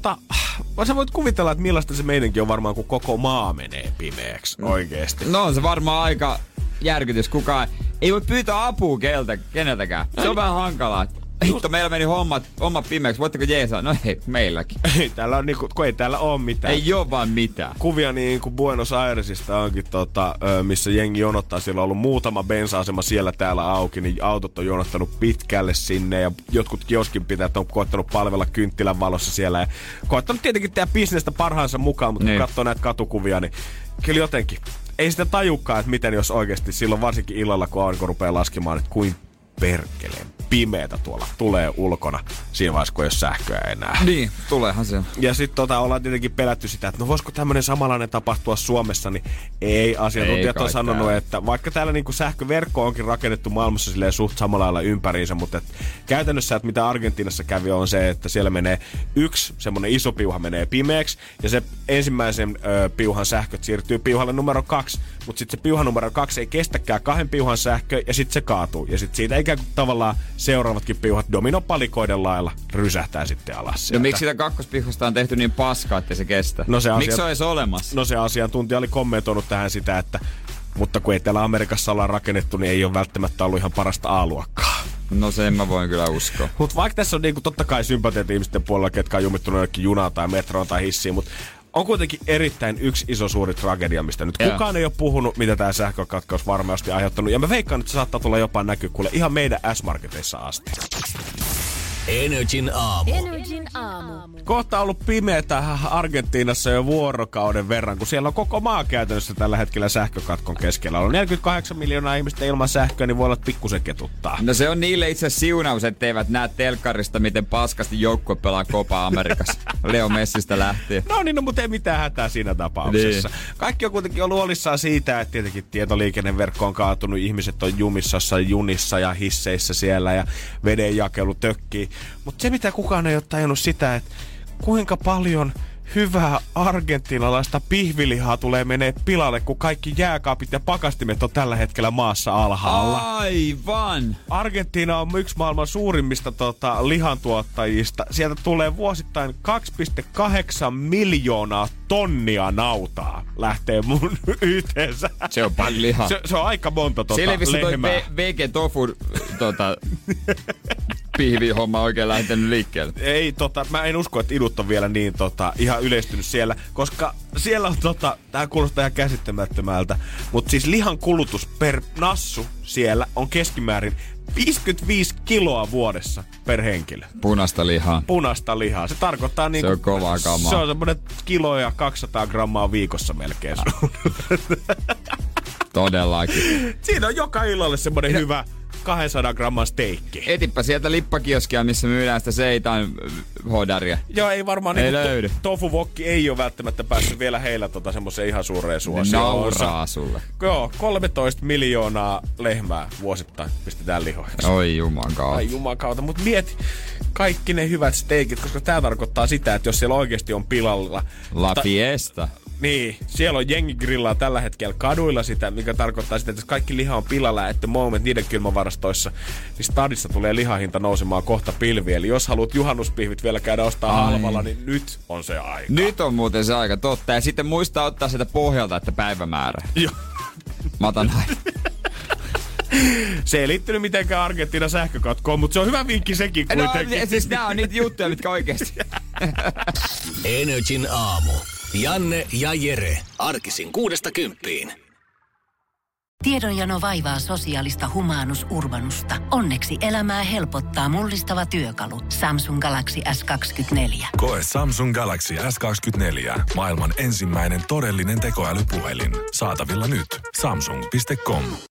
sä voit kuvitella, että millaista se meidänkin on varmaan, kun koko maa menee pimeäksi oikeesti. No on se varmaan aika järkytys. Kukaan ei voi pyytää apua keneltäkään. Se on vähän hankalaa. Hitto, meillä meni hommat pimeäksi. Voitteko jeesaa? No ei, meilläkin. Ei täällä on kun ei täällä ole mitään. Ei oo vaan mitään. Kuvia niin kuin Buenos Airesista onkin, missä jengi jonottaa. Siellä on ollut muutama bensa-asema siellä täällä auki, niin autot on jonottanut pitkälle sinne. Ja jotkut kioskinpitäjät on koettanut palvella kynttilän valossa siellä. Ja koettanut tietenkin tehdä bisnestä parhaansa mukaan, mutta kun katsoo näitä katukuvia, niin kyllä jotenkin. Ei sitä tajukaan, että miten jos oikeasti silloin varsinkin illalla, kun aurinko rupeaa laskemaan, että kuin perkeleen pimeätä tuolla tulee ulkona siinä vaiheessa, kun ei ole sähköä enää. Niin, tuleehan se. Ja sitten ollaan tietenkin pelätty sitä, että no voisiko tämmöinen samanlainen tapahtua Suomessa, niin ei. Asiantuntijat on sanonut, että vaikka täällä niinku sähköverkko onkin rakennettu maailmassa silleen suht samalla lailla ympäriinsä, mutta käytännössä, että mitä Argentiinassa kävi, on se, että siellä menee yksi semmoinen iso piuha menee pimeäksi, ja se ensimmäisen piuhan sähköt siirtyy piuhalle numero 2, mutta sitten se piuha numero 2 ei kestäkään 2 piuhan sähköä, ja sitten se kaatuu. Ja sitten siitä ikään kuin tavallaan seuraavatkin piuhat dominopalikoiden lailla rysähtää sitten alas sieltä. No miksi sitä kakkospiuhasta on tehty niin paskaa, että se kestää? Miksi se on edes olemassa? No se asiantuntija oli kommentoinut tähän sitä, että Mutta kun ei täällä Amerikassa ollaan rakennettu, niin ei ole välttämättä ollut ihan parasta A-luokkaa. No sen mä voin kyllä uskoa. Mutta vaikka tässä on niinku totta kai sympatiat ihmisten puolella, ketkä on jumittunut jonnekin junaan tai metroon tai hissiin, mutta on kuitenkin erittäin yksi iso suuri tragedia, mistä nyt kukaan ei ole puhunut, mitä tämä sähkökatkaus varmasti aiheuttanut. Ja mä veikkaan, että se saattaa tulla jopa näkyä kuule ihan meidän S-Marketeissa asti. Energin aamu. Kohta on ollut pimeätä Argentiinassa jo vuorokauden verran, kun siellä on koko maa käytännössä tällä hetkellä sähkökatkon keskellä. On 48 miljoonaa ihmistä ilman sähköä, niin voi olla pikkusen ketuttaa. No se on niille itse siunaus, etteivät näe telkkarista, miten paskasti joukkue pelaa Copa Amerikassa. Leo Messistä lähtien. No, mutta ei mitään hätää siinä tapauksessa. Niin. Kaikki on kuitenkin ollut huolissaan siitä, että tietenkin tietoliikenneverkko on kaatunut, ihmiset on jumissa, junissa ja hisseissä siellä ja vedenjakelu tökkii. Mutta se, mitä kukaan ei ole tajunnut sitä, että kuinka paljon hyvää argentinalaista pihvilihaa tulee menee pilalle, kun kaikki jääkaapit ja pakastimet on tällä hetkellä maassa alhaalla. Aivan! Argentiina on yksi maailman suurimmista lihantuottajista. Sieltä tulee vuosittain 2,8 miljoonaa tonnia nautaa lähtee mun yhteensä. Se on paljon lihaa. Se on aika monta lehmää. Toi VG-tofu pihvihomma oikein lähtenyt liikkeelle. Ei, mä en usko, että idut on vielä niin ihan yleistynyt siellä, koska siellä on tää kuulostaa ihan käsittämättömältä, mutta siis lihan kulutus per nassu siellä on keskimäärin 55 kiloa vuodessa per henkilö. Punaista lihaa. Se tarkoittaa niinku... Se on kovaa kamaa. Se on semmonen kilo ja 200 grammaa viikossa melkein. Todellakin. Siinä on joka illalle semmonen hyvä 200 gramman steikki. Etipä sieltä lippakioskia, missä myydään sitä seitan hodaria. Joo, ei varmaan. Ei löydy. Tofu-wokki ei ole välttämättä päässyt vielä heillä semmoiseen ihan suureen suosioon. Nauraa sulle. Joo, 13 miljoonaa lehmää vuosittain pistetään lihoiksi. Oi jumakauta. Ai jumakauta, mut mieti kaikki ne hyvät steikit, koska tää tarkoittaa sitä, että jos siellä oikeesti on pilalla... La fiesta. Niin, siellä on jengi grillaa tällä hetkellä kaduilla sitä, mikä tarkoittaa sitä, että jos kaikki liha on pilalla at the moment niiden kylmävarastoissa, niin stadissa tulee lihahinta nousemaan kohta pilviin. Eli jos haluat juhannuspihvit vielä käydä ostaa halvalla, niin nyt on se aika. Nyt on muuten se aika, totta. Ja sitten muistaa ottaa sitä pohjalta, että päivämäärä. Joo. Mä otan Se ei liittynyt mitenkään Argentiinan sähkökatkoon, mutta se on hyvä vinkki sekin kuitenkin. No, siis nää on niitä juttuja, mitkä oikeesti. Energin aamu. Janne ja Jere. Arkisin 6–10. Tiedonjano vaivaa sosiaalista humanus urbanusta. Onneksi elämää helpottaa mullistava työkalu. Samsung Galaxy S24. Koe Samsung Galaxy S24. Maailman ensimmäinen todellinen tekoälypuhelin. Saatavilla nyt. Samsung.com.